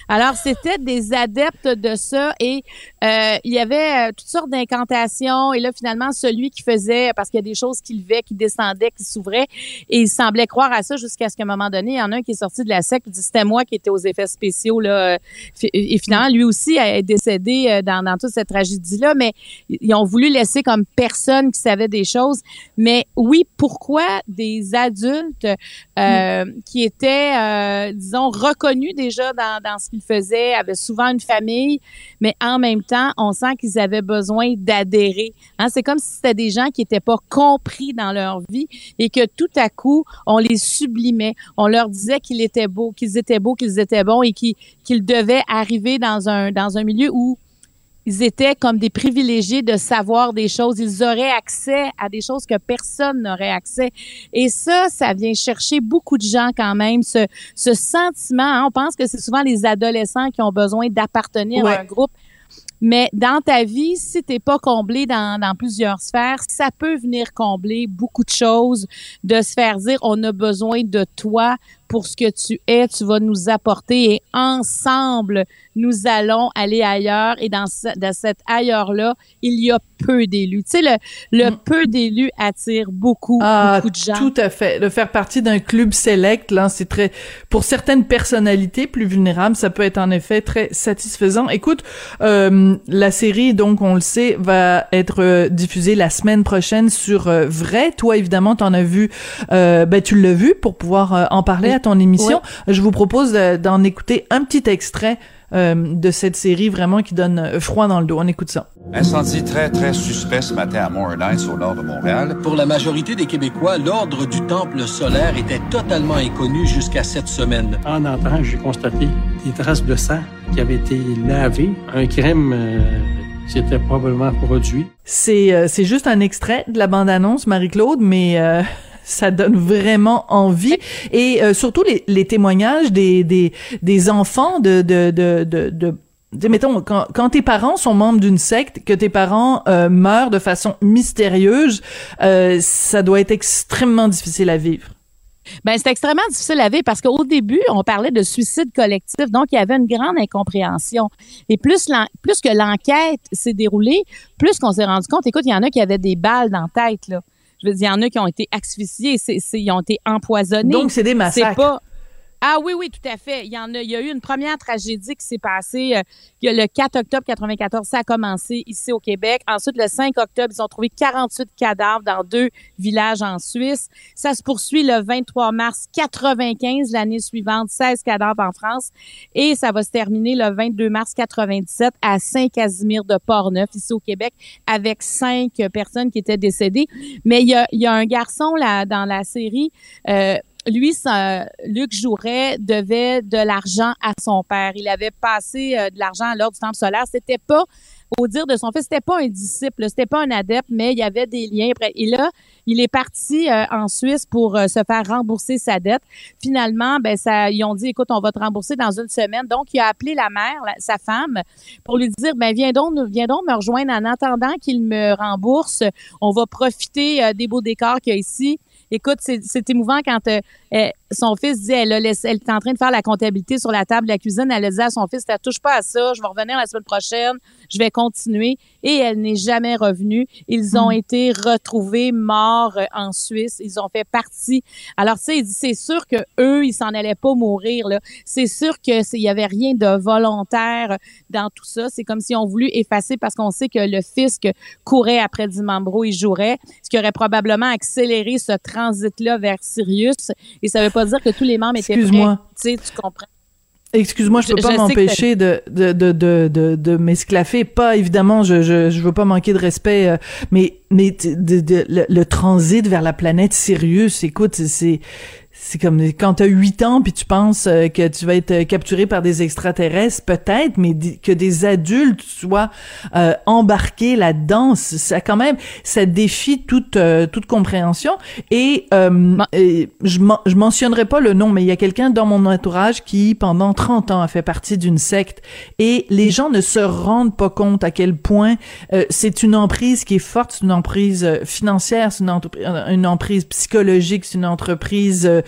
Alors, c'était des adeptes de ça et euh, il y avait toutes sortes d'incantations et là, finalement, celui qui faisait, parce qu'il y a des choses qui levaient, qui descendaient, qui s'ouvraient et il semblait croire à ça jusqu'à ce qu'à un moment donné, il y en a un qui est sorti de la secte et dit c'était moi qui étais aux effets spéciaux là. Et finalement, lui aussi est décédé dans, dans toute cette tragédie-là, mais ils ont voulu laisser comme personne qui savait des choses. Mais oui, pourquoi des adultes euh, mm. qui étaient, euh, disons, reconnus déjà dans, dans ce qu'ils faisaient, avaient souvent une famille, mais en même temps, on sent qu'ils avaient besoin d'adhérer. Hein, c'est comme si c'était des gens qui n'étaient pas compris dans leur vie et que tout à coup, on les sublimait. On leur disait qu'ils étaient beaux, qu'ils étaient beaux, qu'ils étaient bons et qu'ils, qu'ils devaient arriver dans un, dans un milieu où ils étaient comme des privilégiés de savoir des choses. Ils auraient accès à des choses que personne n'aurait accès. Et ça, ça vient chercher beaucoup de gens quand même, ce, ce sentiment. Hein, on pense que c'est souvent les adolescents qui ont besoin d'appartenir ouais. à un groupe. Mais dans ta vie, si t'es pas comblé dans, dans plusieurs sphères, ça peut venir combler beaucoup de choses, de se faire dire on a besoin de toi pour ce que tu es, tu vas nous apporter et ensemble, nous allons aller ailleurs et dans, ce, dans cet ailleurs-là, il y a peu d'élus. Tu sais, le, le mmh. peu d'élus attire beaucoup, ah, beaucoup de gens. Tout à fait. De faire partie d'un club select, là, c'est très, pour certaines personnalités plus vulnérables, ça peut être en effet très satisfaisant. Écoute, euh, la série, donc, on le sait, va être euh, diffusée la semaine prochaine sur euh, Vrai. Toi, évidemment, t'en as vu, euh, ben, tu l'as vu pour pouvoir euh, en parler oui. à ton émission. Oui. Je vous propose euh, d'en écouter un petit extrait euh, de cette série vraiment qui donne froid dans le dos. On écoute ça. Incendie très, très suspect ce matin à Moore Heights, au nord de Montréal. Pour la majorité des Québécois, l'ordre du temple solaire était totalement inconnu jusqu'à cette semaine. En entrant, j'ai constaté des traces de sang qui avaient été lavées. Un crime euh, s'était probablement produit. C'est, euh, c'est juste un extrait de la bande-annonce, Marie-Claude, mais... Euh... ça donne vraiment envie et euh, surtout les, les témoignages des des des enfants de de de de, de mettons quand quand tes parents sont membres d'une secte, que tes parents euh, meurent de façon mystérieuse, euh, ça doit être extrêmement difficile à vivre. Ben c'est extrêmement difficile à vivre parce qu'au début, on parlait de suicide collectif, donc il y avait une grande incompréhension. Et plus plus que l'enquête s'est déroulée, plus qu'on s'est rendu compte, écoute, il y en a qui avaient des balles dans la tête là. Je veux dire, il y en a qui ont été asphyxiés, c'est, c'est, ils ont été empoisonnés. Donc, c'est des massacres. C'est pas... Ah oui, oui, tout à fait. Il y en a, il y a eu une première tragédie qui s'est passée euh, le quatre octobre quatre-vingt-quatorze. Ça a commencé ici au Québec. Ensuite, le cinq octobre, ils ont trouvé quarante-huit cadavres dans deux villages en Suisse. Ça se poursuit le vingt-trois mars quatre-vingt-quinze, l'année suivante, seize cadavres en France. Et ça va se terminer le vingt-deux mars quatre-vingt-dix-sept à Saint-Casimir de Portneuf, ici au Québec, avec cinq personnes qui étaient décédées. Mais il y a, il y a un garçon là dans la série... Euh, Lui, ça, Luc Jouret devait de l'argent à son père. Il avait passé euh, de l'argent à l'ordre du temple solaire. C'était pas, au dire de son fils, c'était pas un disciple, c'était pas un adepte, mais il y avait des liens. Et là, il est parti euh, en Suisse pour euh, se faire rembourser sa dette. Finalement, ben ça, ils ont dit, écoute, on va te rembourser dans une semaine. Donc, il a appelé la mère, la, sa femme, pour lui dire, ben viens donc, viens donc me rejoindre en attendant qu'il me rembourse. On va profiter euh, des beaux décors qu'il y a ici. Écoute, c'est, c'est émouvant quand euh, euh, son fils dit, elle, a laissé, elle est en train de faire la comptabilité sur la table de la cuisine. Elle a dit à son fils, « touche pas à ça, je vais revenir la semaine prochaine, je vais continuer. » Et elle n'est jamais revenue. Ils ont mmh. été retrouvés morts euh, en Suisse. Ils ont fait partie. Alors, tu sais, il dit, c'est sûr que eux, ils s'en allaient pas mourir, là. C'est sûr que c'est, il y avait rien de volontaire dans tout ça. C'est comme si on voulu effacer parce qu'on sait que le fisc courait après Dimambro et Jouret, ce qui aurait probablement accéléré ce transit-là vers Sirius. Et ça veut pas dire que tous les membres étaient prêts. Tu sais, tu comprends. Excuse-moi, je peux je, pas je m'empêcher de, de, de, de, de, de m'esclaffer. Pas, évidemment, je, je, je veux pas manquer de respect, euh, mais, mais, de, de, de, le, le transit vers la planète Sirius, écoute, c'est, c'est comme quand t'as huit ans puis tu penses que tu vas être capturé par des extraterrestres, peut-être, mais que des adultes soient euh, embarqués là-dedans, ça quand même, ça défie toute euh, toute compréhension. Et, euh, et je, je mentionnerai pas le nom, mais il y a quelqu'un dans mon entourage qui, pendant trente ans, a fait partie d'une secte. Et les gens ne se rendent pas compte à quel point euh, c'est une emprise qui est forte, c'est une emprise financière, c'est une, entre- une emprise psychologique, c'est une entreprise... Euh,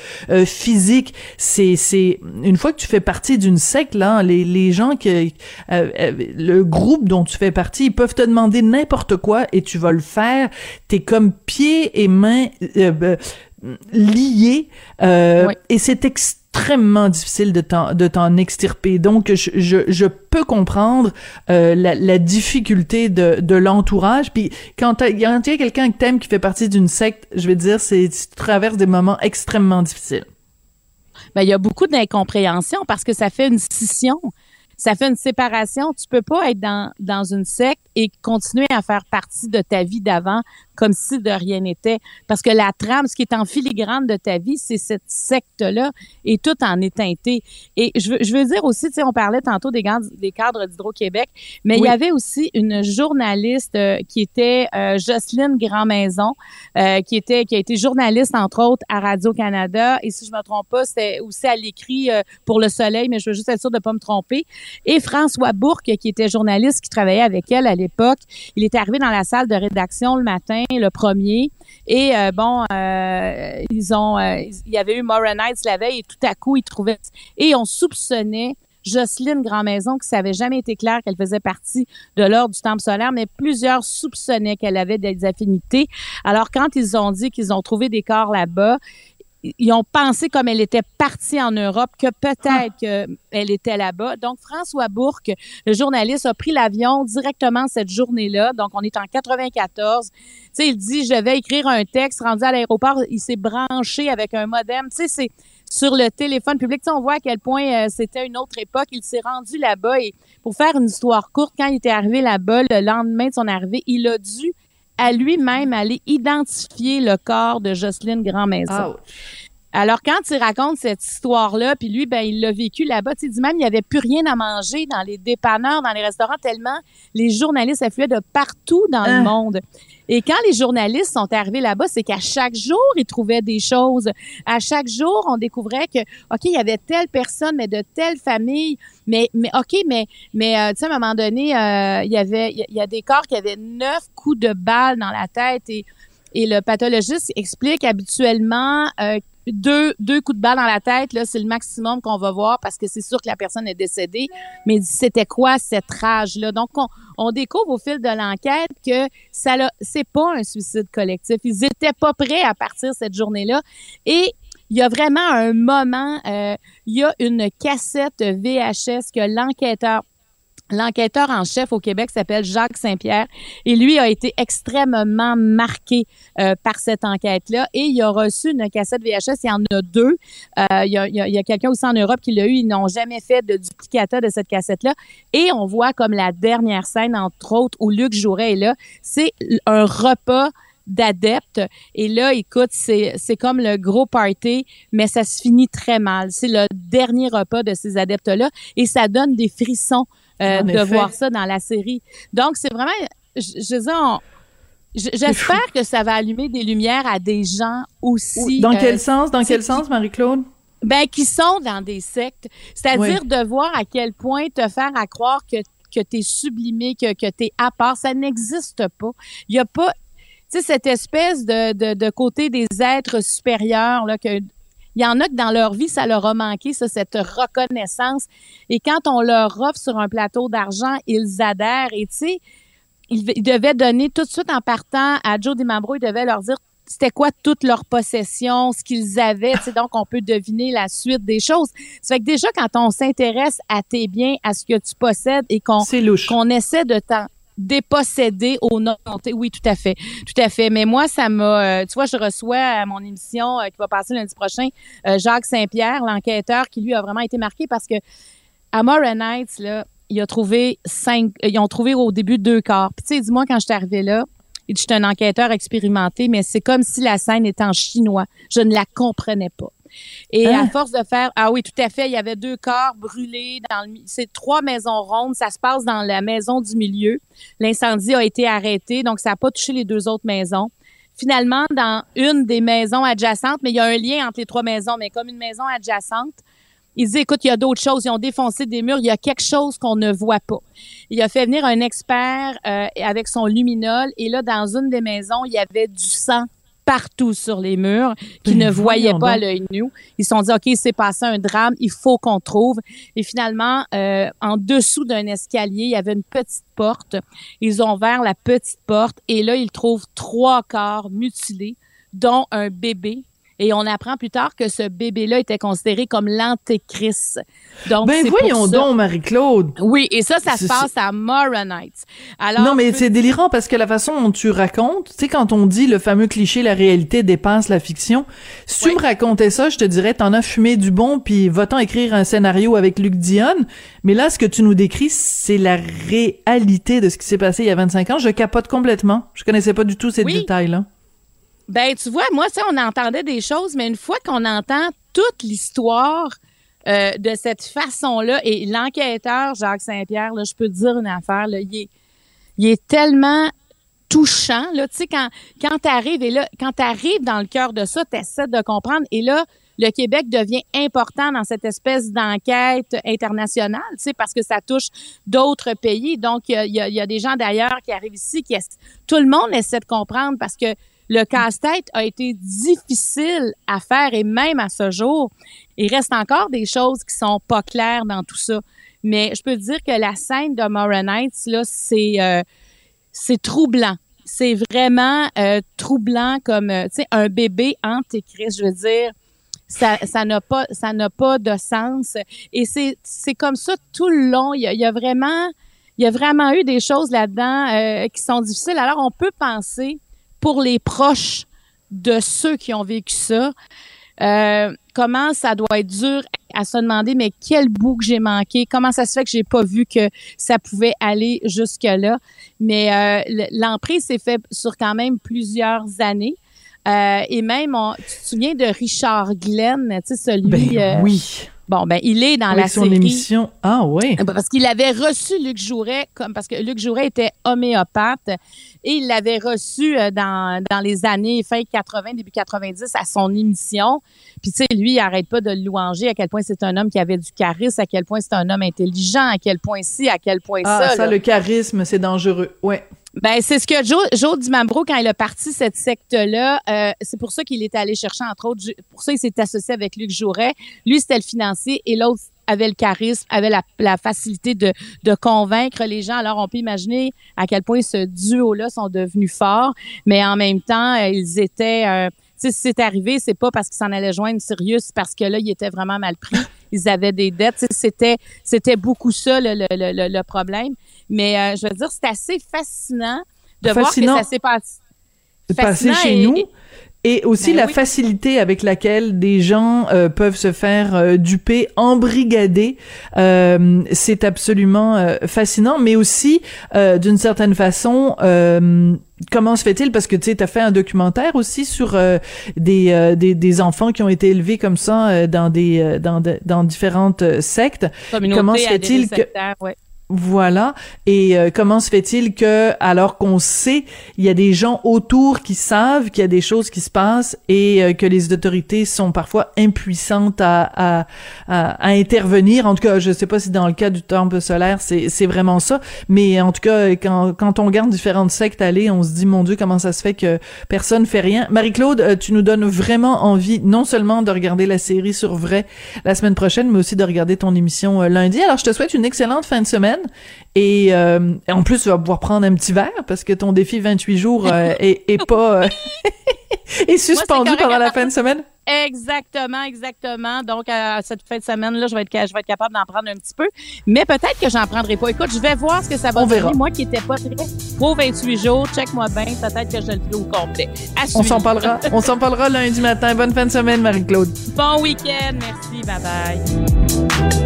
euh, physique. C'est, c'est une fois que tu fais partie d'une secte, là, les, les gens qui, euh, euh, le groupe dont tu fais partie, ils peuvent te demander n'importe quoi et tu vas le faire. T'es comme pieds et mains euh, euh, liés, euh, oui. et c'est extrêmement difficile de t'en, de t'en extirper. Donc, je, je, je peux comprendre euh, la, la difficulté de, de l'entourage. Puis, quand il y a quelqu'un que t'aimes qui fait partie d'une secte, je vais te dire, c'est, tu traverses des moments extrêmement difficiles. Ben, il y a beaucoup d'incompréhension parce que ça fait une scission. Ça fait une séparation. Tu peux pas être dans, dans une secte et continuer à faire partie de ta vie d'avant comme si de rien n'était. Parce que la trame, ce qui est en filigrane de ta vie, c'est cette secte-là et tout en est teinté. Et je veux, je veux dire aussi, tu sais, on parlait tantôt des, gants, des cadres d'Hydro-Québec, mais oui. il y avait aussi une journaliste euh, qui était euh, Jocelyne Grandmaison, euh, qui était qui a été journaliste, entre autres, à Radio-Canada. Et si je me trompe pas, c'était aussi à l'écrit euh, pour Le Soleil, mais je veux juste être sûre de pas me tromper. Et François Bourque, qui était journaliste, qui travaillait avec elle à l'époque, il était arrivé dans la salle de rédaction le matin, le premier, et euh, bon, euh, ils ont, euh, il y avait eu Morin Heights la veille, et tout à coup, ils trouvaient, et on soupçonnait Jocelyne Grandmaison, qui ça n'avait jamais été clair qu'elle faisait partie de l'Ordre du Temple solaire, mais plusieurs soupçonnaient qu'elle avait des affinités. Alors, quand ils ont dit qu'ils ont trouvé des corps là-bas, ils ont pensé, comme elle était partie en Europe, que peut-être qu'elle était là-bas. Donc, François Bourque, le journaliste, a pris l'avion directement cette journée-là. Donc, on est en quatre-vingt-quatorze. Tu sais, il dit, je vais écrire un texte. Rendu à l'aéroport, il s'est branché avec un modem. Tu sais, c'est sur le téléphone public. Tu sais, on voit à quel point euh, c'était une autre époque. Il s'est rendu là-bas et pour faire une histoire courte, quand il était arrivé là-bas, le lendemain de son arrivée, il a dû à lui-même aller identifier le corps de Jocelyne Grandmaison. Ouch. Alors, quand il raconte cette histoire-là, puis lui, ben, il l'a vécu là-bas, tu sais, il dit même, il n'y avait plus rien à manger dans les dépanneurs, dans les restaurants, tellement les journalistes affluaient de partout dans hein? le monde. Et quand les journalistes sont arrivés là-bas, c'est qu'à chaque jour, ils trouvaient des choses. À chaque jour, on découvrait que, OK, il y avait telle personne, mais de telle famille, mais, mais OK, mais, mais euh, tu sais, à un moment donné, euh, il y avait, il y a des corps qui avaient neuf coups de balle dans la tête et, et le pathologiste explique habituellement euh, Deux, deux coups de balle dans la tête, là, c'est le maximum qu'on va voir parce que c'est sûr que la personne est décédée. Mais c'était quoi cette rage-là? Donc, on, on découvre au fil de l'enquête que ça l'a, c'est pas un suicide collectif. Ils étaient pas prêts à partir cette journée-là. Et il y a vraiment un moment, euh, il y a une cassette V H S que l'enquêteur L'enquêteur en chef au Québec s'appelle Jacques Saint-Pierre et lui a été extrêmement marqué euh, par cette enquête-là et il a reçu une cassette V H S, il y en a deux. Euh, il y a, il y a, il y a quelqu'un aussi en Europe qui l'a eu, ils n'ont jamais fait de duplicata de cette cassette-là et on voit comme la dernière scène, entre autres, où Luc Jouret est là, c'est un repas d'adeptes. Et là, écoute, c'est c'est comme le gros party, mais ça se finit très mal. C'est le dernier repas de ces adeptes-là et ça donne des frissons euh, de voir ça dans la série. Donc, c'est vraiment, je, je veux dire, on, j'espère que ça va allumer des lumières à des gens aussi. Dans quel euh, sens? Dans quel sens, Marie-Claude? Ben, qui sont dans des sectes. C'est-à-dire oui. de voir à quel point te faire à croire que, que t'es sublimé, que, que t'es à part. Ça n'existe pas. Il y a pas, tu sais, cette espèce de, de, de côté des êtres supérieurs, là, que, il y en a que dans leur vie, ça leur a manqué, ça, cette reconnaissance. Et quand on leur offre sur un plateau d'argent, ils adhèrent. Et tu sais, ils, ils devaient donner tout de suite en partant à Joe DiMambro, ils devaient leur dire c'était quoi toute leur possession, ce qu'ils avaient. Tu sais, donc, on peut deviner la suite des choses. Ça fait que déjà, quand on s'intéresse à tes biens, à ce que tu possèdes et qu'on, qu'on essaie de t'en déposséder au nom de... Oui, tout à fait. Tout à fait. Mais moi, ça m'a... Euh, tu vois, je reçois à mon émission euh, qui va passer lundi prochain, euh, Jacques Saint-Pierre, l'enquêteur, qui lui a vraiment été marqué parce que à Morin Heights, là, il a trouvé cinq... Ils ont trouvé au début deux corps. Puis tu sais, dis-moi, quand je suis arrivée là, il dit, je suis un enquêteur expérimenté, mais c'est comme si la scène était en chinois. Je ne la comprenais pas. Et hein? à force de faire... Ah oui, tout à fait, il y avait deux corps brûlés dans le... C'est trois maisons rondes, ça se passe dans la maison du milieu. L'incendie a été arrêté, donc ça n'a pas touché les deux autres maisons. Finalement, dans une des maisons adjacentes, mais il y a un lien entre les trois maisons, mais comme une maison adjacente, il dit, écoute, il y a d'autres choses. Ils ont défoncé des murs. Il y a quelque chose qu'on ne voit pas. Il a fait venir un expert euh, avec son luminol. Et là, dans une des maisons, il y avait du sang partout sur les murs, qui Ben, ne voyaient voyons pas à donc. l'œil nu. Ils se sont dit, OK, il s'est passé un drame, il faut qu'on trouve. Et finalement, euh, en dessous d'un escalier, il y avait une petite porte. Ils ont ouvert la petite porte et là, ils trouvent trois corps mutilés, dont un bébé. Et on apprend plus tard que ce bébé-là était considéré comme l'antéchrist. Donc, Ben c'est voyons pour ça... donc, Marie-Claude. Oui, et ça, ça se C'est- passe à Maronite. Alors, Non, mais peux- c'est délirant parce que la façon dont tu racontes, tu sais, quand on dit le fameux cliché, la réalité dépasse la fiction, si tu me racontais ça, je te dirais, t'en as fumé du bon, puis va-t'en écrire un scénario avec Luc Dionne. Mais là, ce que tu nous décris, c'est la réalité de ce qui s'est passé il y a vingt-cinq ans. Je capote complètement. Je connaissais pas du tout ces Oui. détails-là. Ben, tu vois, moi, ça, on entendait des choses, mais une fois qu'on entend toute l'histoire euh, de cette façon-là, et l'enquêteur Jacques Saint-Pierre, là, je peux te dire une affaire, là, il est, il est tellement touchant, là, tu sais, quand, quand t'arrives, et là, quand t'arrives dans le cœur de ça, t'essaies de comprendre, et là, le Québec devient important dans cette espèce d'enquête internationale, tu sais, parce que ça touche d'autres pays. Donc, il y a, il y a, il y a des gens d'ailleurs qui arrivent ici, qui essa- tout le monde essaie de comprendre parce que le casse-tête a été difficile à faire et même à ce jour, il reste encore des choses qui sont pas claires dans tout ça. Mais je peux te dire que la scène de Maronite, là, c'est euh, c'est troublant. C'est vraiment euh, troublant comme, euh, tu sais, un bébé antéchrist, je veux dire. Ça, ça n'a pas, ça n'a pas de sens. Et c'est, c'est comme ça tout le long. Il y a, il y a vraiment, il y a vraiment eu des choses là-dedans euh, qui sont difficiles. Alors, on peut penser pour les proches de ceux qui ont vécu ça, euh, comment ça doit être dur à se demander, mais quel bout que j'ai manqué, comment ça se fait que j'ai pas vu que ça pouvait aller jusque-là. Mais euh, l'emprise s'est faite sur quand même plusieurs années. Euh, et même, on, tu te souviens de Richard Glenn, tu sais, celui... Ben euh, oui. Bon, ben il est dans Avec la son série. émission. Ah oui. Parce qu'il avait reçu Luc Jouret, comme parce que Luc Jouret était homéopathe, et il l'avait reçu euh, dans, dans les années fin quatre-vingts, début quatre-vingt-dix à son émission. Puis tu sais, lui, il arrête pas de le louanger à quel point c'est un homme qui avait du charisme, à quel point c'est un homme intelligent, à quel point ci, à quel point Ah, ça. ça, là. le charisme, c'est dangereux. Ouais. Ben c'est ce que Joe, Joe Dimambro, quand il a parti cette secte-là, euh, c'est pour ça qu'il est allé chercher, entre autres, pour ça il s'est associé avec Luc Jouret. Lui, c'était le financier et l'autre avait le charisme, avait la, la facilité de, de convaincre les gens. Alors, on peut imaginer à quel point ce duo-là sont devenus forts, mais en même temps, euh, ils étaient... Euh, tu sais, si c'est arrivé, c'est pas parce qu'ils s'en allaient joindre Sirius, c'est parce que là, ils étaient vraiment mal pris. Ils avaient des dettes. Tu sais, c'était, c'était beaucoup ça, le, le, le, le problème. Mais euh, je veux dire, c'est assez fascinant de Fascinant. voir que ça s'est passé. Passé chez et, nous. Et aussi Ben la oui. facilité avec laquelle des gens euh, peuvent se faire euh, duper, embrigader, euh, c'est absolument euh, fascinant, mais aussi euh, d'une certaine façon, euh, comment se fait-il, parce que tu sais, t'as fait un documentaire aussi sur euh, des, euh, des des enfants qui ont été élevés comme ça euh, dans des euh, dans de- dans différentes euh, sectes. Communauté Comment se fait-il que sectaire, ouais. Voilà. Et euh, comment se fait-il que, alors qu'on sait, il y a des gens autour qui savent qu'il y a des choses qui se passent et euh, que les autorités sont parfois impuissantes à, à, à, à intervenir. En tout cas, je sais pas si dans le cas du temple solaire, c'est, c'est vraiment ça. Mais en tout cas, quand, quand on regarde différentes sectes aller, on se dit, mon Dieu, comment ça se fait que personne fait rien. Marie-Claude, euh, tu nous donnes vraiment envie, non seulement de regarder la série sur Vrai la semaine prochaine, mais aussi de regarder ton émission euh, lundi. Alors, je te souhaite une excellente fin de semaine. Et euh, en plus, tu vas pouvoir prendre un petit verre parce que ton défi vingt-huit jours euh, est, est pas euh, est suspendu Moi, c'est pendant la correct. fin de semaine. Exactement, exactement. Donc, à cette fin de semaine-là, je vais être, ca- je vais être capable d'en prendre un petit peu. Mais peut-être que j'en prendrai pas. Écoute, je vais voir ce que ça va On donner. verra. Moi qui n'étais pas très pro vingt-huit jours, check-moi bien. Peut-être que je le ferai au complet. À On suivre. s'en parlera. On s'en parlera lundi matin. Bonne fin de semaine, Marie-Claude. Bon week-end. Merci. Bye-bye.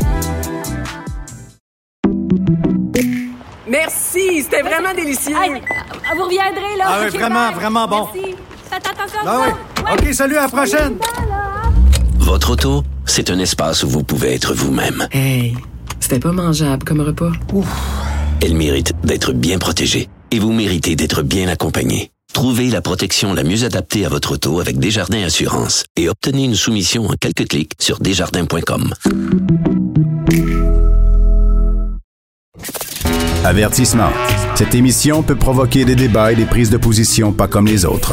Merci, c'était vraiment délicieux. Hey, vous reviendrez, là. Ah oui, Ok, vraiment, bye. vraiment bon. Merci. Faites attention Ah à oui. vous. Ouais. OK, salut, à la prochaine. Votre auto, c'est un espace où vous pouvez être vous-même. Hey, c'était pas mangeable comme repas. Elle mérite d'être bien protégée et vous méritez d'être bien accompagné. Trouvez la protection la mieux adaptée à votre auto avec Desjardins Assurance et obtenez une soumission en quelques clics sur desjardins point com. Avertissement. Cette émission peut provoquer des débats et des prises de position pas comme les autres.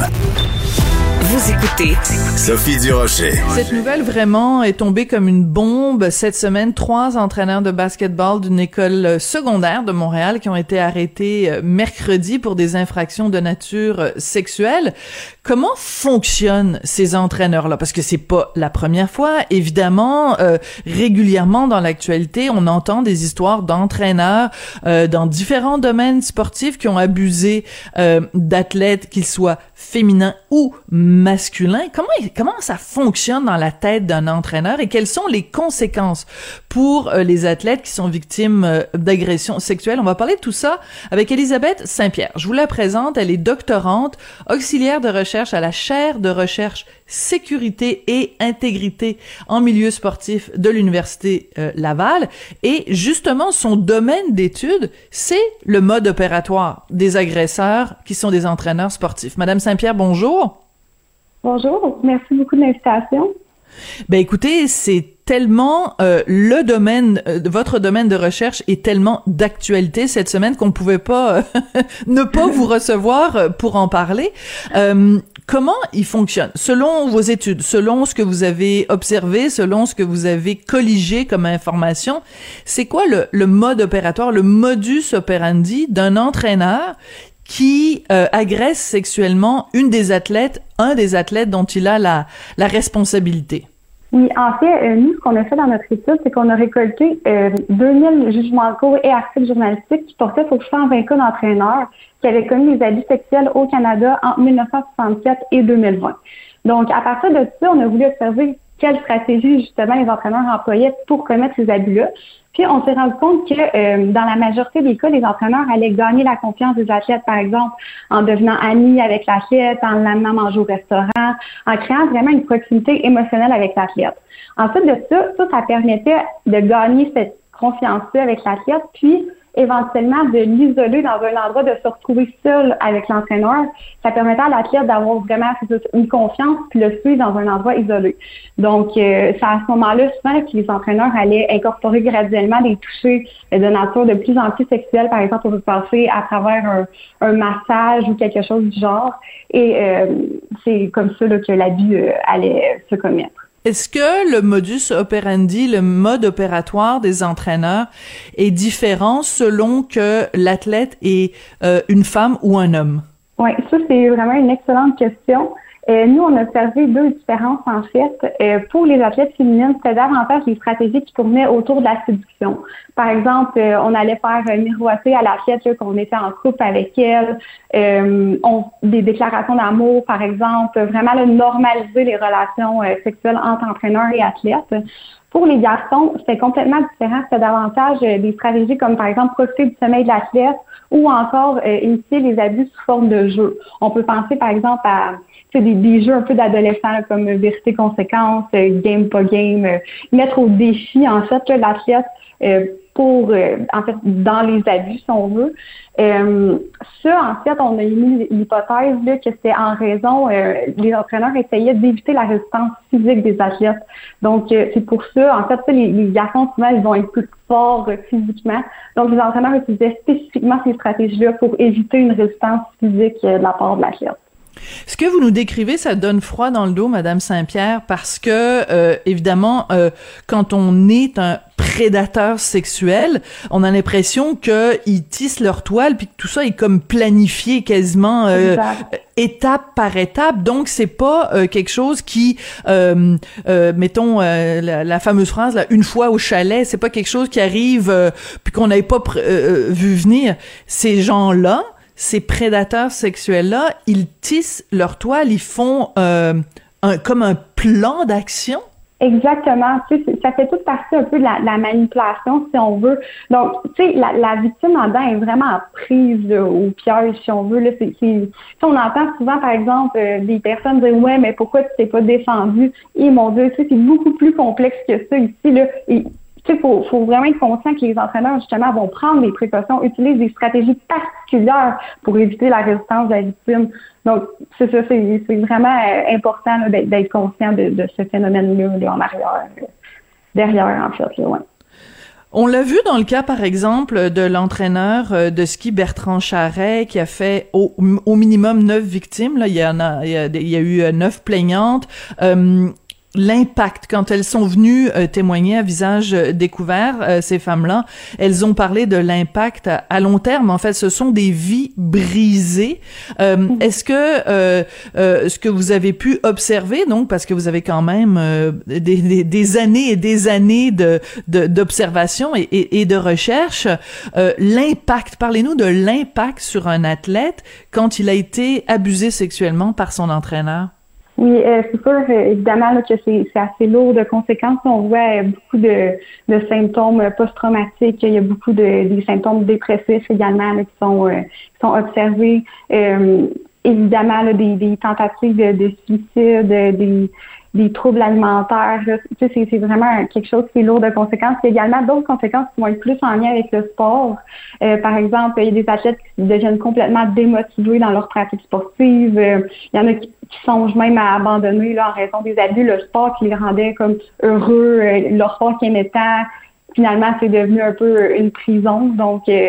Vous écoutez Sophie Durocher. Cette nouvelle vraiment est tombée comme une bombe. Cette semaine, trois entraîneurs de basketball d'une école secondaire de Montréal qui ont été arrêtés mercredi pour des infractions de nature sexuelle. Comment fonctionnent ces entraîneurs-là? Parce que c'est pas la première fois. Évidemment, euh, régulièrement dans l'actualité, on entend des histoires d'entraîneurs euh, dans différents domaines sportifs qui ont abusé euh, d'athlètes, qu'ils soient féminins ou masculins. Comment comment ça fonctionne dans la tête d'un entraîneur et quelles sont les conséquences pour euh, les athlètes qui sont victimes euh, d'agressions sexuelles? On va parler de tout ça avec Elisabeth Saint-Pierre. Je vous la présente. Elle est doctorante, auxiliaire de recherche à la chaire de recherche sécurité et intégrité en milieu sportif de l'Université euh, Laval. Et justement, son domaine d'étude, c'est le mode opératoire des agresseurs qui sont des entraîneurs sportifs. Madame Saint-Pierre, bonjour. Bonjour, merci beaucoup de l'invitation. Ben écoutez, c'est tellement euh, le domaine, euh, votre domaine de recherche est tellement d'actualité cette semaine qu'on pouvait pas euh, ne pas vous recevoir euh, pour en parler. Euh, comment il fonctionne? Selon vos études, selon ce que vous avez observé, selon ce que vous avez colligé comme information, c'est quoi le, le mode opératoire, le modus operandi d'un entraîneur qui euh, agresse sexuellement une des athlètes, un des athlètes dont il a la, la responsabilité? Oui, en fait, euh, nous, ce qu'on a fait dans notre étude, c'est qu'on a récolté euh, deux mille jugements de cours et articles journalistiques qui portaient sur cent vingt cas d'entraîneurs qui avaient commis des abus sexuels au Canada entre dix-neuf cent soixante-quatre et deux mille vingt. Donc, à partir de ça, on a voulu observer quelle stratégie, justement, les entraîneurs employaient pour commettre ces abus-là. Puis, on s'est rendu compte que euh, dans la majorité des cas, les entraîneurs allaient gagner la confiance des athlètes, par exemple, en devenant amis avec l'athlète, en l'amenant manger au restaurant, en créant vraiment une proximité émotionnelle avec l'athlète. Ensuite de ça, ça, ça permettait de gagner cette confiance-là avec l'athlète, puis éventuellement de l'isoler dans un endroit, de se retrouver seul avec l'entraîneur. Ça permettait à l'athlète d'avoir vraiment une confiance puis le suivre dans un endroit isolé. Donc, euh, c'est à ce moment-là souvent que les entraîneurs allaient incorporer graduellement des touchés de nature de plus en plus sexuelle. Par exemple, on peut passer à travers un, un massage ou quelque chose du genre. Et euh, c'est comme ça là, que l'abus euh, allait se commettre. Est-ce que le modus operandi, le mode opératoire des entraîneurs est différent selon que l'athlète est euh, une femme ou un homme? Oui, ça, c'est vraiment une excellente question. Euh, nous, on a observé deux différences, en fait. Euh, pour les athlètes féminines, c'était davantage les stratégies qui tournaient autour de la séduction. Par exemple, euh, on allait faire euh, miroiter à l'athlète là, qu'on était en couple avec elle, euh, on, des déclarations d'amour, par exemple, vraiment là, normaliser les relations euh, sexuelles entre entraîneurs et athlètes. Pour les garçons, c'était complètement différent. C'était davantage euh, des stratégies comme, par exemple, profiter du sommeil de l'athlète ou encore euh, initier les abus sous forme de jeu. On peut penser, par exemple, à Des, des jeux un peu d'adolescents là, comme vérité conséquence, euh, game pas game, euh, mettre au défi en fait là, l'athlète euh, pour euh, en fait dans les abus si on veut. Euh, ça en fait on a émis l'hypothèse là, que c'était en raison euh, les entraîneurs essayaient d'éviter la résistance physique des athlètes. Donc euh, c'est pour ça en fait ça, les, les garçons souvent ils vont être plus forts euh, physiquement. Donc les entraîneurs utilisaient spécifiquement ces stratégies-là pour éviter une résistance physique euh, de la part de l'athlète. Ce que vous nous décrivez, ça donne froid dans le dos, Madame Saint-Pierre, parce que, euh, évidemment, euh, quand on est un prédateur sexuel, on a l'impression qu'ils tissent leur toile, puis que tout ça est comme planifié quasiment euh, étape par étape. Donc, c'est pas euh, quelque chose qui, euh, euh, mettons, euh, la, la fameuse phrase, là, une fois au chalet, c'est pas quelque chose qui arrive euh, puis qu'on n'avait pas pr- euh, vu venir. Ces gens-là, ces prédateurs sexuels-là, ils tissent leur toile, ils font euh, un, comme un plan d'action? Exactement. Tu sais, ça fait toute partie un peu de la, de la manipulation, si on veut. Donc, tu sais, la, la victime en dedans est vraiment prise là, au piège, si on veut. Là, c'est, c'est, on entend souvent, par exemple, euh, des personnes dire « Ouais, mais pourquoi tu t'es pas défendu? » Et mon Dieu, tu sais, c'est beaucoup plus complexe que ça ici. Là. Et, tu sais, faut, faut vraiment être conscient que les entraîneurs, justement, vont prendre des précautions, utilisent des stratégies particulières pour éviter la résistance de la victime. Donc, c'est ça, c'est, c'est vraiment important là, d'être, d'être conscient de, de ce phénomène-là là, en arrière, là, derrière, en fait. Là, ouais. On l'a vu dans le cas, par exemple, de l'entraîneur de ski Bertrand Charret, qui a fait au, au minimum neuf victimes. Là, il y en a, il y a, il y a eu neuf plaignantes. Euh, L'impact, quand elles sont venues euh, témoigner à visage euh, découvert, euh, ces femmes-là, elles ont parlé de l'impact à, à long terme. En fait, ce sont des vies brisées. Euh, mmh. Est-ce que euh, euh, ce que vous avez pu observer, donc, parce que vous avez quand même euh, des, des, des années et des années de, de d'observation et, et, et de recherche, euh, l'impact, parlez-nous de l'impact sur un athlète quand il a été abusé sexuellement par son entraîneur. Oui, euh, c'est sûr, euh, évidemment, là, que c'est, c'est assez lourd de conséquences. On voit euh, beaucoup de, de symptômes post-traumatiques. Il y a beaucoup de des symptômes dépressifs également là, qui sont euh, qui sont observés. Euh, évidemment, là, des, des tentatives de, de suicide, des des troubles alimentaires. Là. Tu sais, c'est, c'est vraiment quelque chose qui est lourd de conséquences. Il y a également d'autres conséquences qui vont être plus en lien avec le sport. Euh, par exemple, il y a des athlètes qui deviennent complètement démotivés dans leur pratique sportive. Euh, il y en a qui, qui songent même à abandonner là, en raison des abus. Le sport qui les rendait comme heureux, euh, leur sport qu'ils aimaient tant, finalement, c'est devenu un peu une prison. Donc, euh,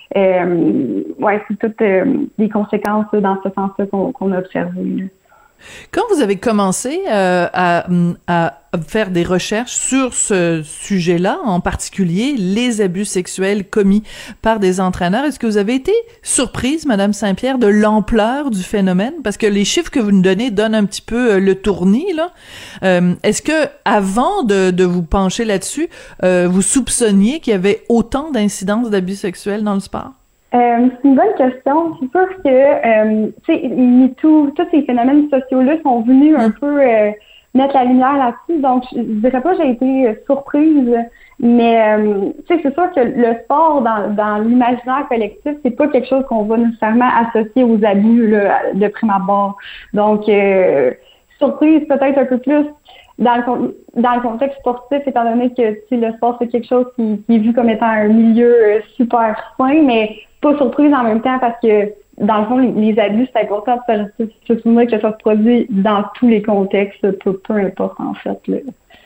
euh, ouais, c'est toutes euh, des conséquences là, dans ce sens-là qu'on, qu'on a observé. Là. Quand vous avez commencé euh, à, à faire des recherches sur ce sujet-là, en particulier les abus sexuels commis par des entraîneurs, est-ce que vous avez été surprise, Madame Saint-Pierre, de l'ampleur du phénomène? Parce que les chiffres que vous nous donnez donnent un petit peu le tournis, là. Euh, est-ce que, avant de, de vous pencher là-dessus, euh, vous soupçonniez qu'il y avait autant d'incidences d'abus sexuels dans le sport? Euh, c'est une bonne question. C'est sûr que, euh, tu sais, MeToo, tous ces phénomènes sociaux-là sont venus un peu euh, mettre la lumière là-dessus. Donc, je, je dirais pas que j'ai été euh, surprise, mais, euh, tu sais, c'est sûr que le sport dans, dans l'imaginaire collectif, c'est pas quelque chose qu'on va nécessairement associer aux abus là, de prime abord. Donc, euh, surprise peut-être un peu plus dans le, dans le contexte sportif, étant donné que le sport, c'est quelque chose qui, qui est vu comme étant un milieu euh, super sain, mais pas surprise en même temps parce que, dans le fond, les, les abus, c'est important de se, se souvenir que ça se produit dans tous les contextes, peu, peu importe, en fait, le,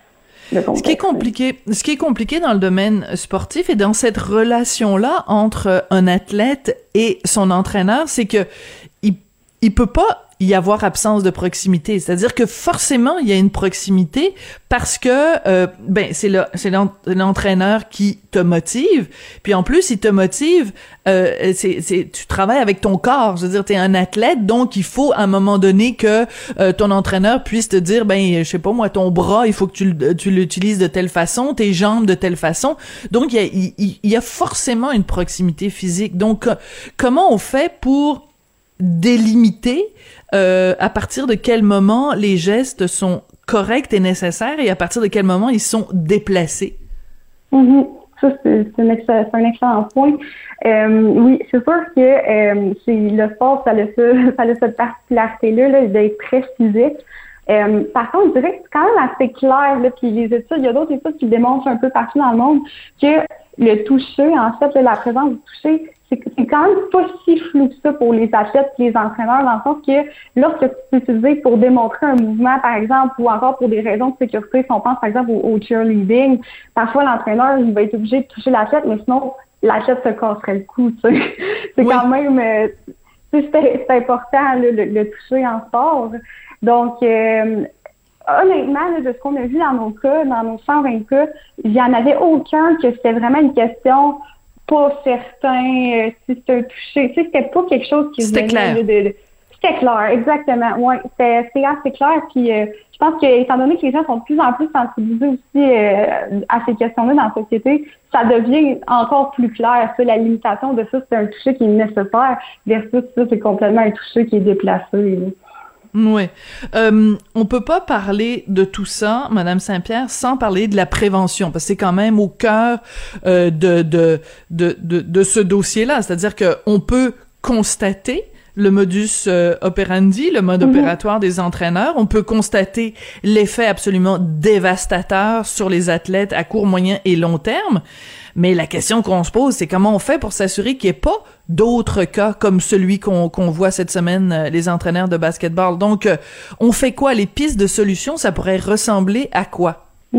le contexte. Ce qui est compliqué, ce qui est compliqué dans le domaine sportif et dans cette relation-là entre un athlète et son entraîneur, c'est que il, il peut pas y avoir absence de proximité, c'est-à-dire que forcément il y a une proximité parce que euh, ben c'est le c'est l'entraîneur qui te motive, puis en plus il te motive, euh, c'est c'est tu travailles avec ton corps, je veux dire t'es un athlète, donc il faut à un moment donné que euh, ton entraîneur puisse te dire ben je sais pas moi ton bras il faut que tu tu l'utilises de telle façon, tes jambes de telle façon, donc il y a il, il y a forcément une proximité physique. Donc comment on fait pour délimiter euh, à partir de quel moment les gestes sont corrects et nécessaires et à partir de quel moment ils sont déplacés? Mm-hmm. Ça, c'est, c'est, un excellent, c'est un excellent point. Euh, oui, c'est sûr que euh, c'est, le sport, ça a, ce, ça a cette particularité-là là, d'être très physique. Euh, par contre, je dirais que c'est quand même assez clair, là, puis les études, il y a d'autres études qui démontrent un peu partout dans le monde que le toucher, en fait, là, la présence du toucher, c'est, c'est quand même pas si flou que ça pour les athlètes et les entraîneurs, dans le sens que lorsque c'est utilisé pour démontrer un mouvement, par exemple, ou encore pour des raisons de sécurité, si on pense par exemple au, au cheerleading, parfois l'entraîneur, il va être obligé de toucher l'athlète, mais sinon, l'athlète se casserait le cou, tu sais. C'est oui. quand même, euh, c'est, c'est important, là, le, le toucher en sport. Donc, euh, honnêtement, là, de ce qu'on a vu dans nos cas, dans nos cent vingt cas, il n'y en avait aucun que c'était vraiment une question pas certain euh, si c'était un toucher. Tu sais, c'était pas quelque chose qui c'était clair. De, de, de, c'était clair, exactement. Oui, c'était, c'était assez clair. Puis, euh, je pense que, étant donné que les gens sont de plus en plus sensibilisés aussi euh, à ces questions-là dans la société, ça devient encore plus clair. Ça, la limitation de ça, c'est un toucher qui est nécessaire versus ça, c'est complètement un toucher qui est déplacé. Là. Oui. Euh, on peut pas parler de tout ça, Madame Saint-Pierre, sans parler de la prévention, parce que c'est quand même au cœur euh, de, de, de, de, de ce dossier-là. C'est-à-dire qu'on peut constater le modus operandi, le mode mmh. opératoire des entraîneurs. On peut constater l'effet absolument dévastateur sur les athlètes à court, moyen et long terme. Mais la question qu'on se pose, c'est comment on fait pour s'assurer qu'il n'y ait pas d'autres cas comme celui qu'on, qu'on voit cette semaine, les entraîneurs de basketball. Donc, on fait quoi? Les pistes de solutions, ça pourrait ressembler à quoi? Oui.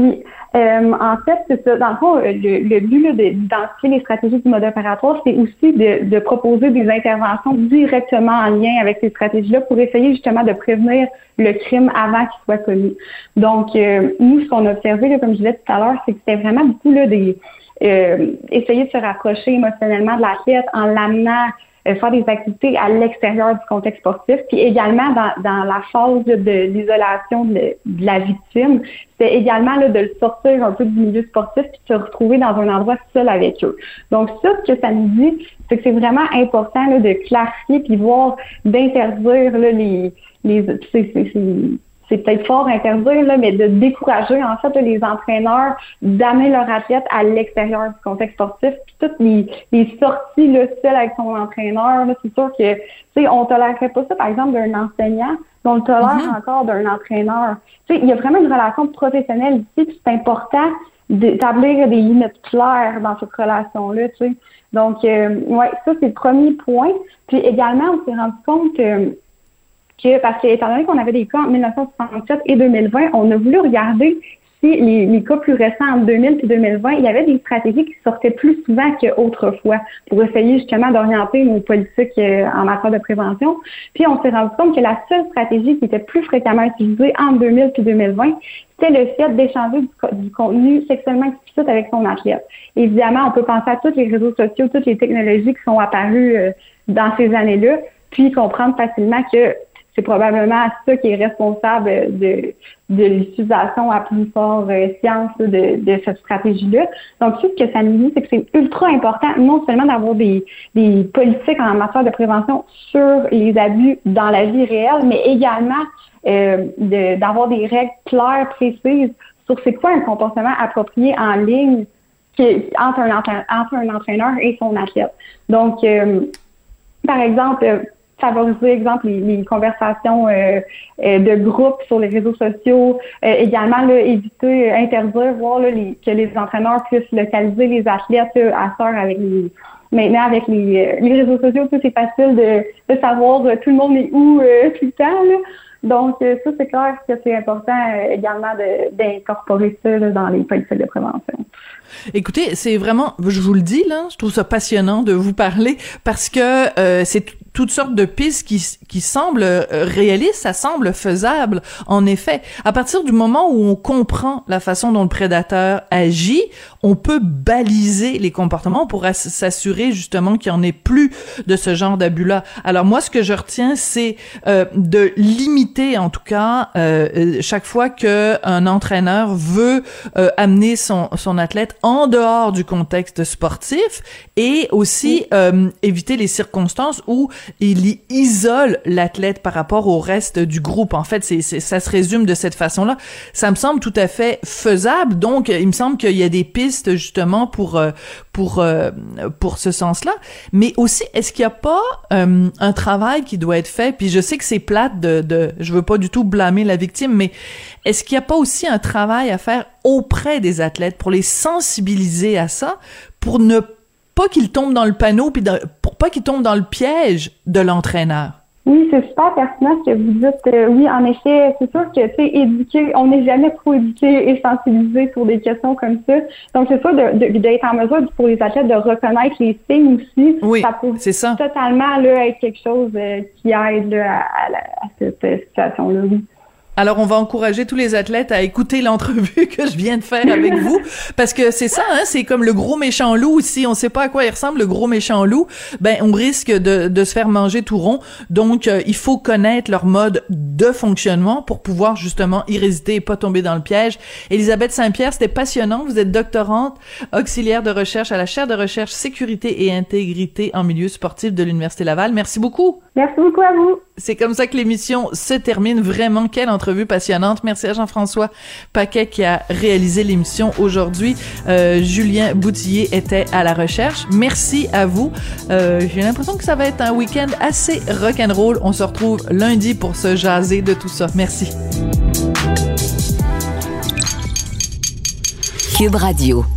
Euh, en fait, c'est ça. Dans le fond, le, le but là, de, d'identifier les stratégies du mode opératoire, c'est aussi de, de proposer des interventions directement en lien avec ces stratégies-là pour essayer justement de prévenir le crime avant qu'il soit commis. Donc, euh, nous, ce qu'on a observé, là, comme je disais tout à l'heure, c'est que c'était vraiment beaucoup là, des euh, essayer de se rapprocher émotionnellement de l'athlète en l'amenant faire des activités à l'extérieur du contexte sportif, puis également dans, dans la phase là, de l'isolation de, de la victime, c'était également là, de le sortir un peu du milieu sportif puis de se retrouver dans un endroit seul avec eux. Donc ça, ce que ça nous dit, c'est que c'est vraiment important là, de clarifier puis voir, d'interdire là, les... les c'est, c'est, c'est, c'est peut-être fort à interdire, là, mais de décourager en fait là, les entraîneurs d'amener leurs athlètes à l'extérieur du contexte sportif. Puis toutes les, les sorties là, seules avec son entraîneur, là, c'est sûr que tu sais, on tolérerait pas ça, par exemple, d'un enseignant, mais on le tolère mm-hmm. encore d'un entraîneur. Tu sais, il y a vraiment une relation professionnelle ici, puis c'est important d'établir des limites claires dans cette relation-là, tu sais. Donc, euh, ouais, ça, c'est le premier point. Puis également, on s'est rendu compte que Que, parce que, étant donné qu'on avait des cas en dix-neuf cent soixante-sept et deux mille vingt, on a voulu regarder si les, les cas plus récents en deux mille et deux mille vingt, il y avait des stratégies qui sortaient plus souvent qu'autrefois pour essayer justement d'orienter nos politiques euh, en matière de prévention. Puis, on s'est rendu compte que la seule stratégie qui était plus fréquemment utilisée en deux mille et deux mille vingt, c'était le fait d'échanger du, du contenu sexuellement explicite avec son athlète. Évidemment, on peut penser à tous les réseaux sociaux, toutes les technologies qui sont apparues euh, dans ces années-là, puis comprendre facilement que c'est probablement ça qui est responsable de, de l'utilisation à plus forte euh, science là, de, de cette stratégie-là. Donc, ce que ça nous dit, c'est que c'est ultra important, non seulement d'avoir des, des politiques en matière de prévention sur les abus dans la vie réelle, mais également euh, de, d'avoir des règles claires, précises sur c'est quoi un comportement approprié en ligne qui, entre, un, entre un entraîneur et son athlète. Donc, euh, par exemple, euh, favoriser, exemple, les, les conversations euh, euh, de groupe sur les réseaux sociaux, euh, également là, éviter, euh, interdire, voir là, les, que les entraîneurs puissent localiser les athlètes là, à faire avec les maintenant avec les, euh, les réseaux sociaux, c'est facile de, de savoir euh, tout le monde est où euh, tout le temps. Là. Donc, euh, ça, c'est clair que c'est important euh, également de, d'incorporer ça là, dans les politiques de prévention. Écoutez, c'est vraiment, je vous le dis là, je trouve ça passionnant de vous parler parce que euh, c'est t- toutes sortes de pistes qui qui semblent euh, réalistes, ça semble faisable. En effet, à partir du moment où on comprend la façon dont le prédateur agit, on peut baliser les comportements pour ass- s'assurer justement qu'il n'y en ait plus de ce genre d'abus-là. Alors moi, ce que je retiens, c'est euh, de limiter, en tout cas, euh, chaque fois que un entraîneur veut euh, amener son son athlète en dehors du contexte sportif et aussi euh, éviter les circonstances où il isole l'athlète par rapport au reste du groupe. En fait, c'est, c'est, ça se résume de cette façon-là. Ça me semble tout à fait faisable. Donc, il me semble qu'il y a des pistes justement pour pour pour ce sens-là. Mais aussi, est-ce qu'il n'y a pas euh, un travail qui doit être fait? Puis je sais que c'est plate de, de je veux pas du tout blâmer la victime, mais est-ce qu'il n'y a pas aussi un travail à faire auprès des athlètes pour les sensibiliser à ça, pour ne pas qu'ils tombent dans le panneau, puis dans, pour pas qu'ils tombent dans le piège de l'entraîneur? Oui, c'est super pertinent ce que vous dites. Euh, oui, en effet, c'est sûr que, tu sais, éduquer, on n'est jamais trop éduqué et sensibilisé sur des questions comme ça. Donc, c'est sûr de, de, d'être en mesure pour les athlètes de reconnaître les signes aussi. Oui, ça peut c'est ça. Totalement là, être quelque chose euh, qui aide là, à, à, à cette euh, situation-là, oui. Alors, on va encourager tous les athlètes à écouter l'entrevue que je viens de faire avec vous, parce que c'est ça, hein, c'est comme le gros méchant loup. Si on sait pas à quoi il ressemble, le gros méchant loup, ben on risque de, de se faire manger tout rond. Donc, euh, il faut connaître leur mode de fonctionnement pour pouvoir justement y résister et pas tomber dans le piège. Élisabeth Saint-Pierre, c'était passionnant. Vous êtes doctorante, auxiliaire de recherche à la chaire de recherche sécurité et intégrité en milieu sportif de l'Université Laval. Merci beaucoup. Merci beaucoup à vous. C'est comme ça que l'émission se termine. Vraiment, quelle entrevue passionnante. Merci à Jean-François Paquet qui a réalisé l'émission aujourd'hui. Euh, Julien Boutillier était à la recherche. Merci à vous. Euh, j'ai l'impression que ça va être un week-end assez rock'n'roll. On se retrouve lundi pour se jaser de tout ça. Merci. Cube Radio.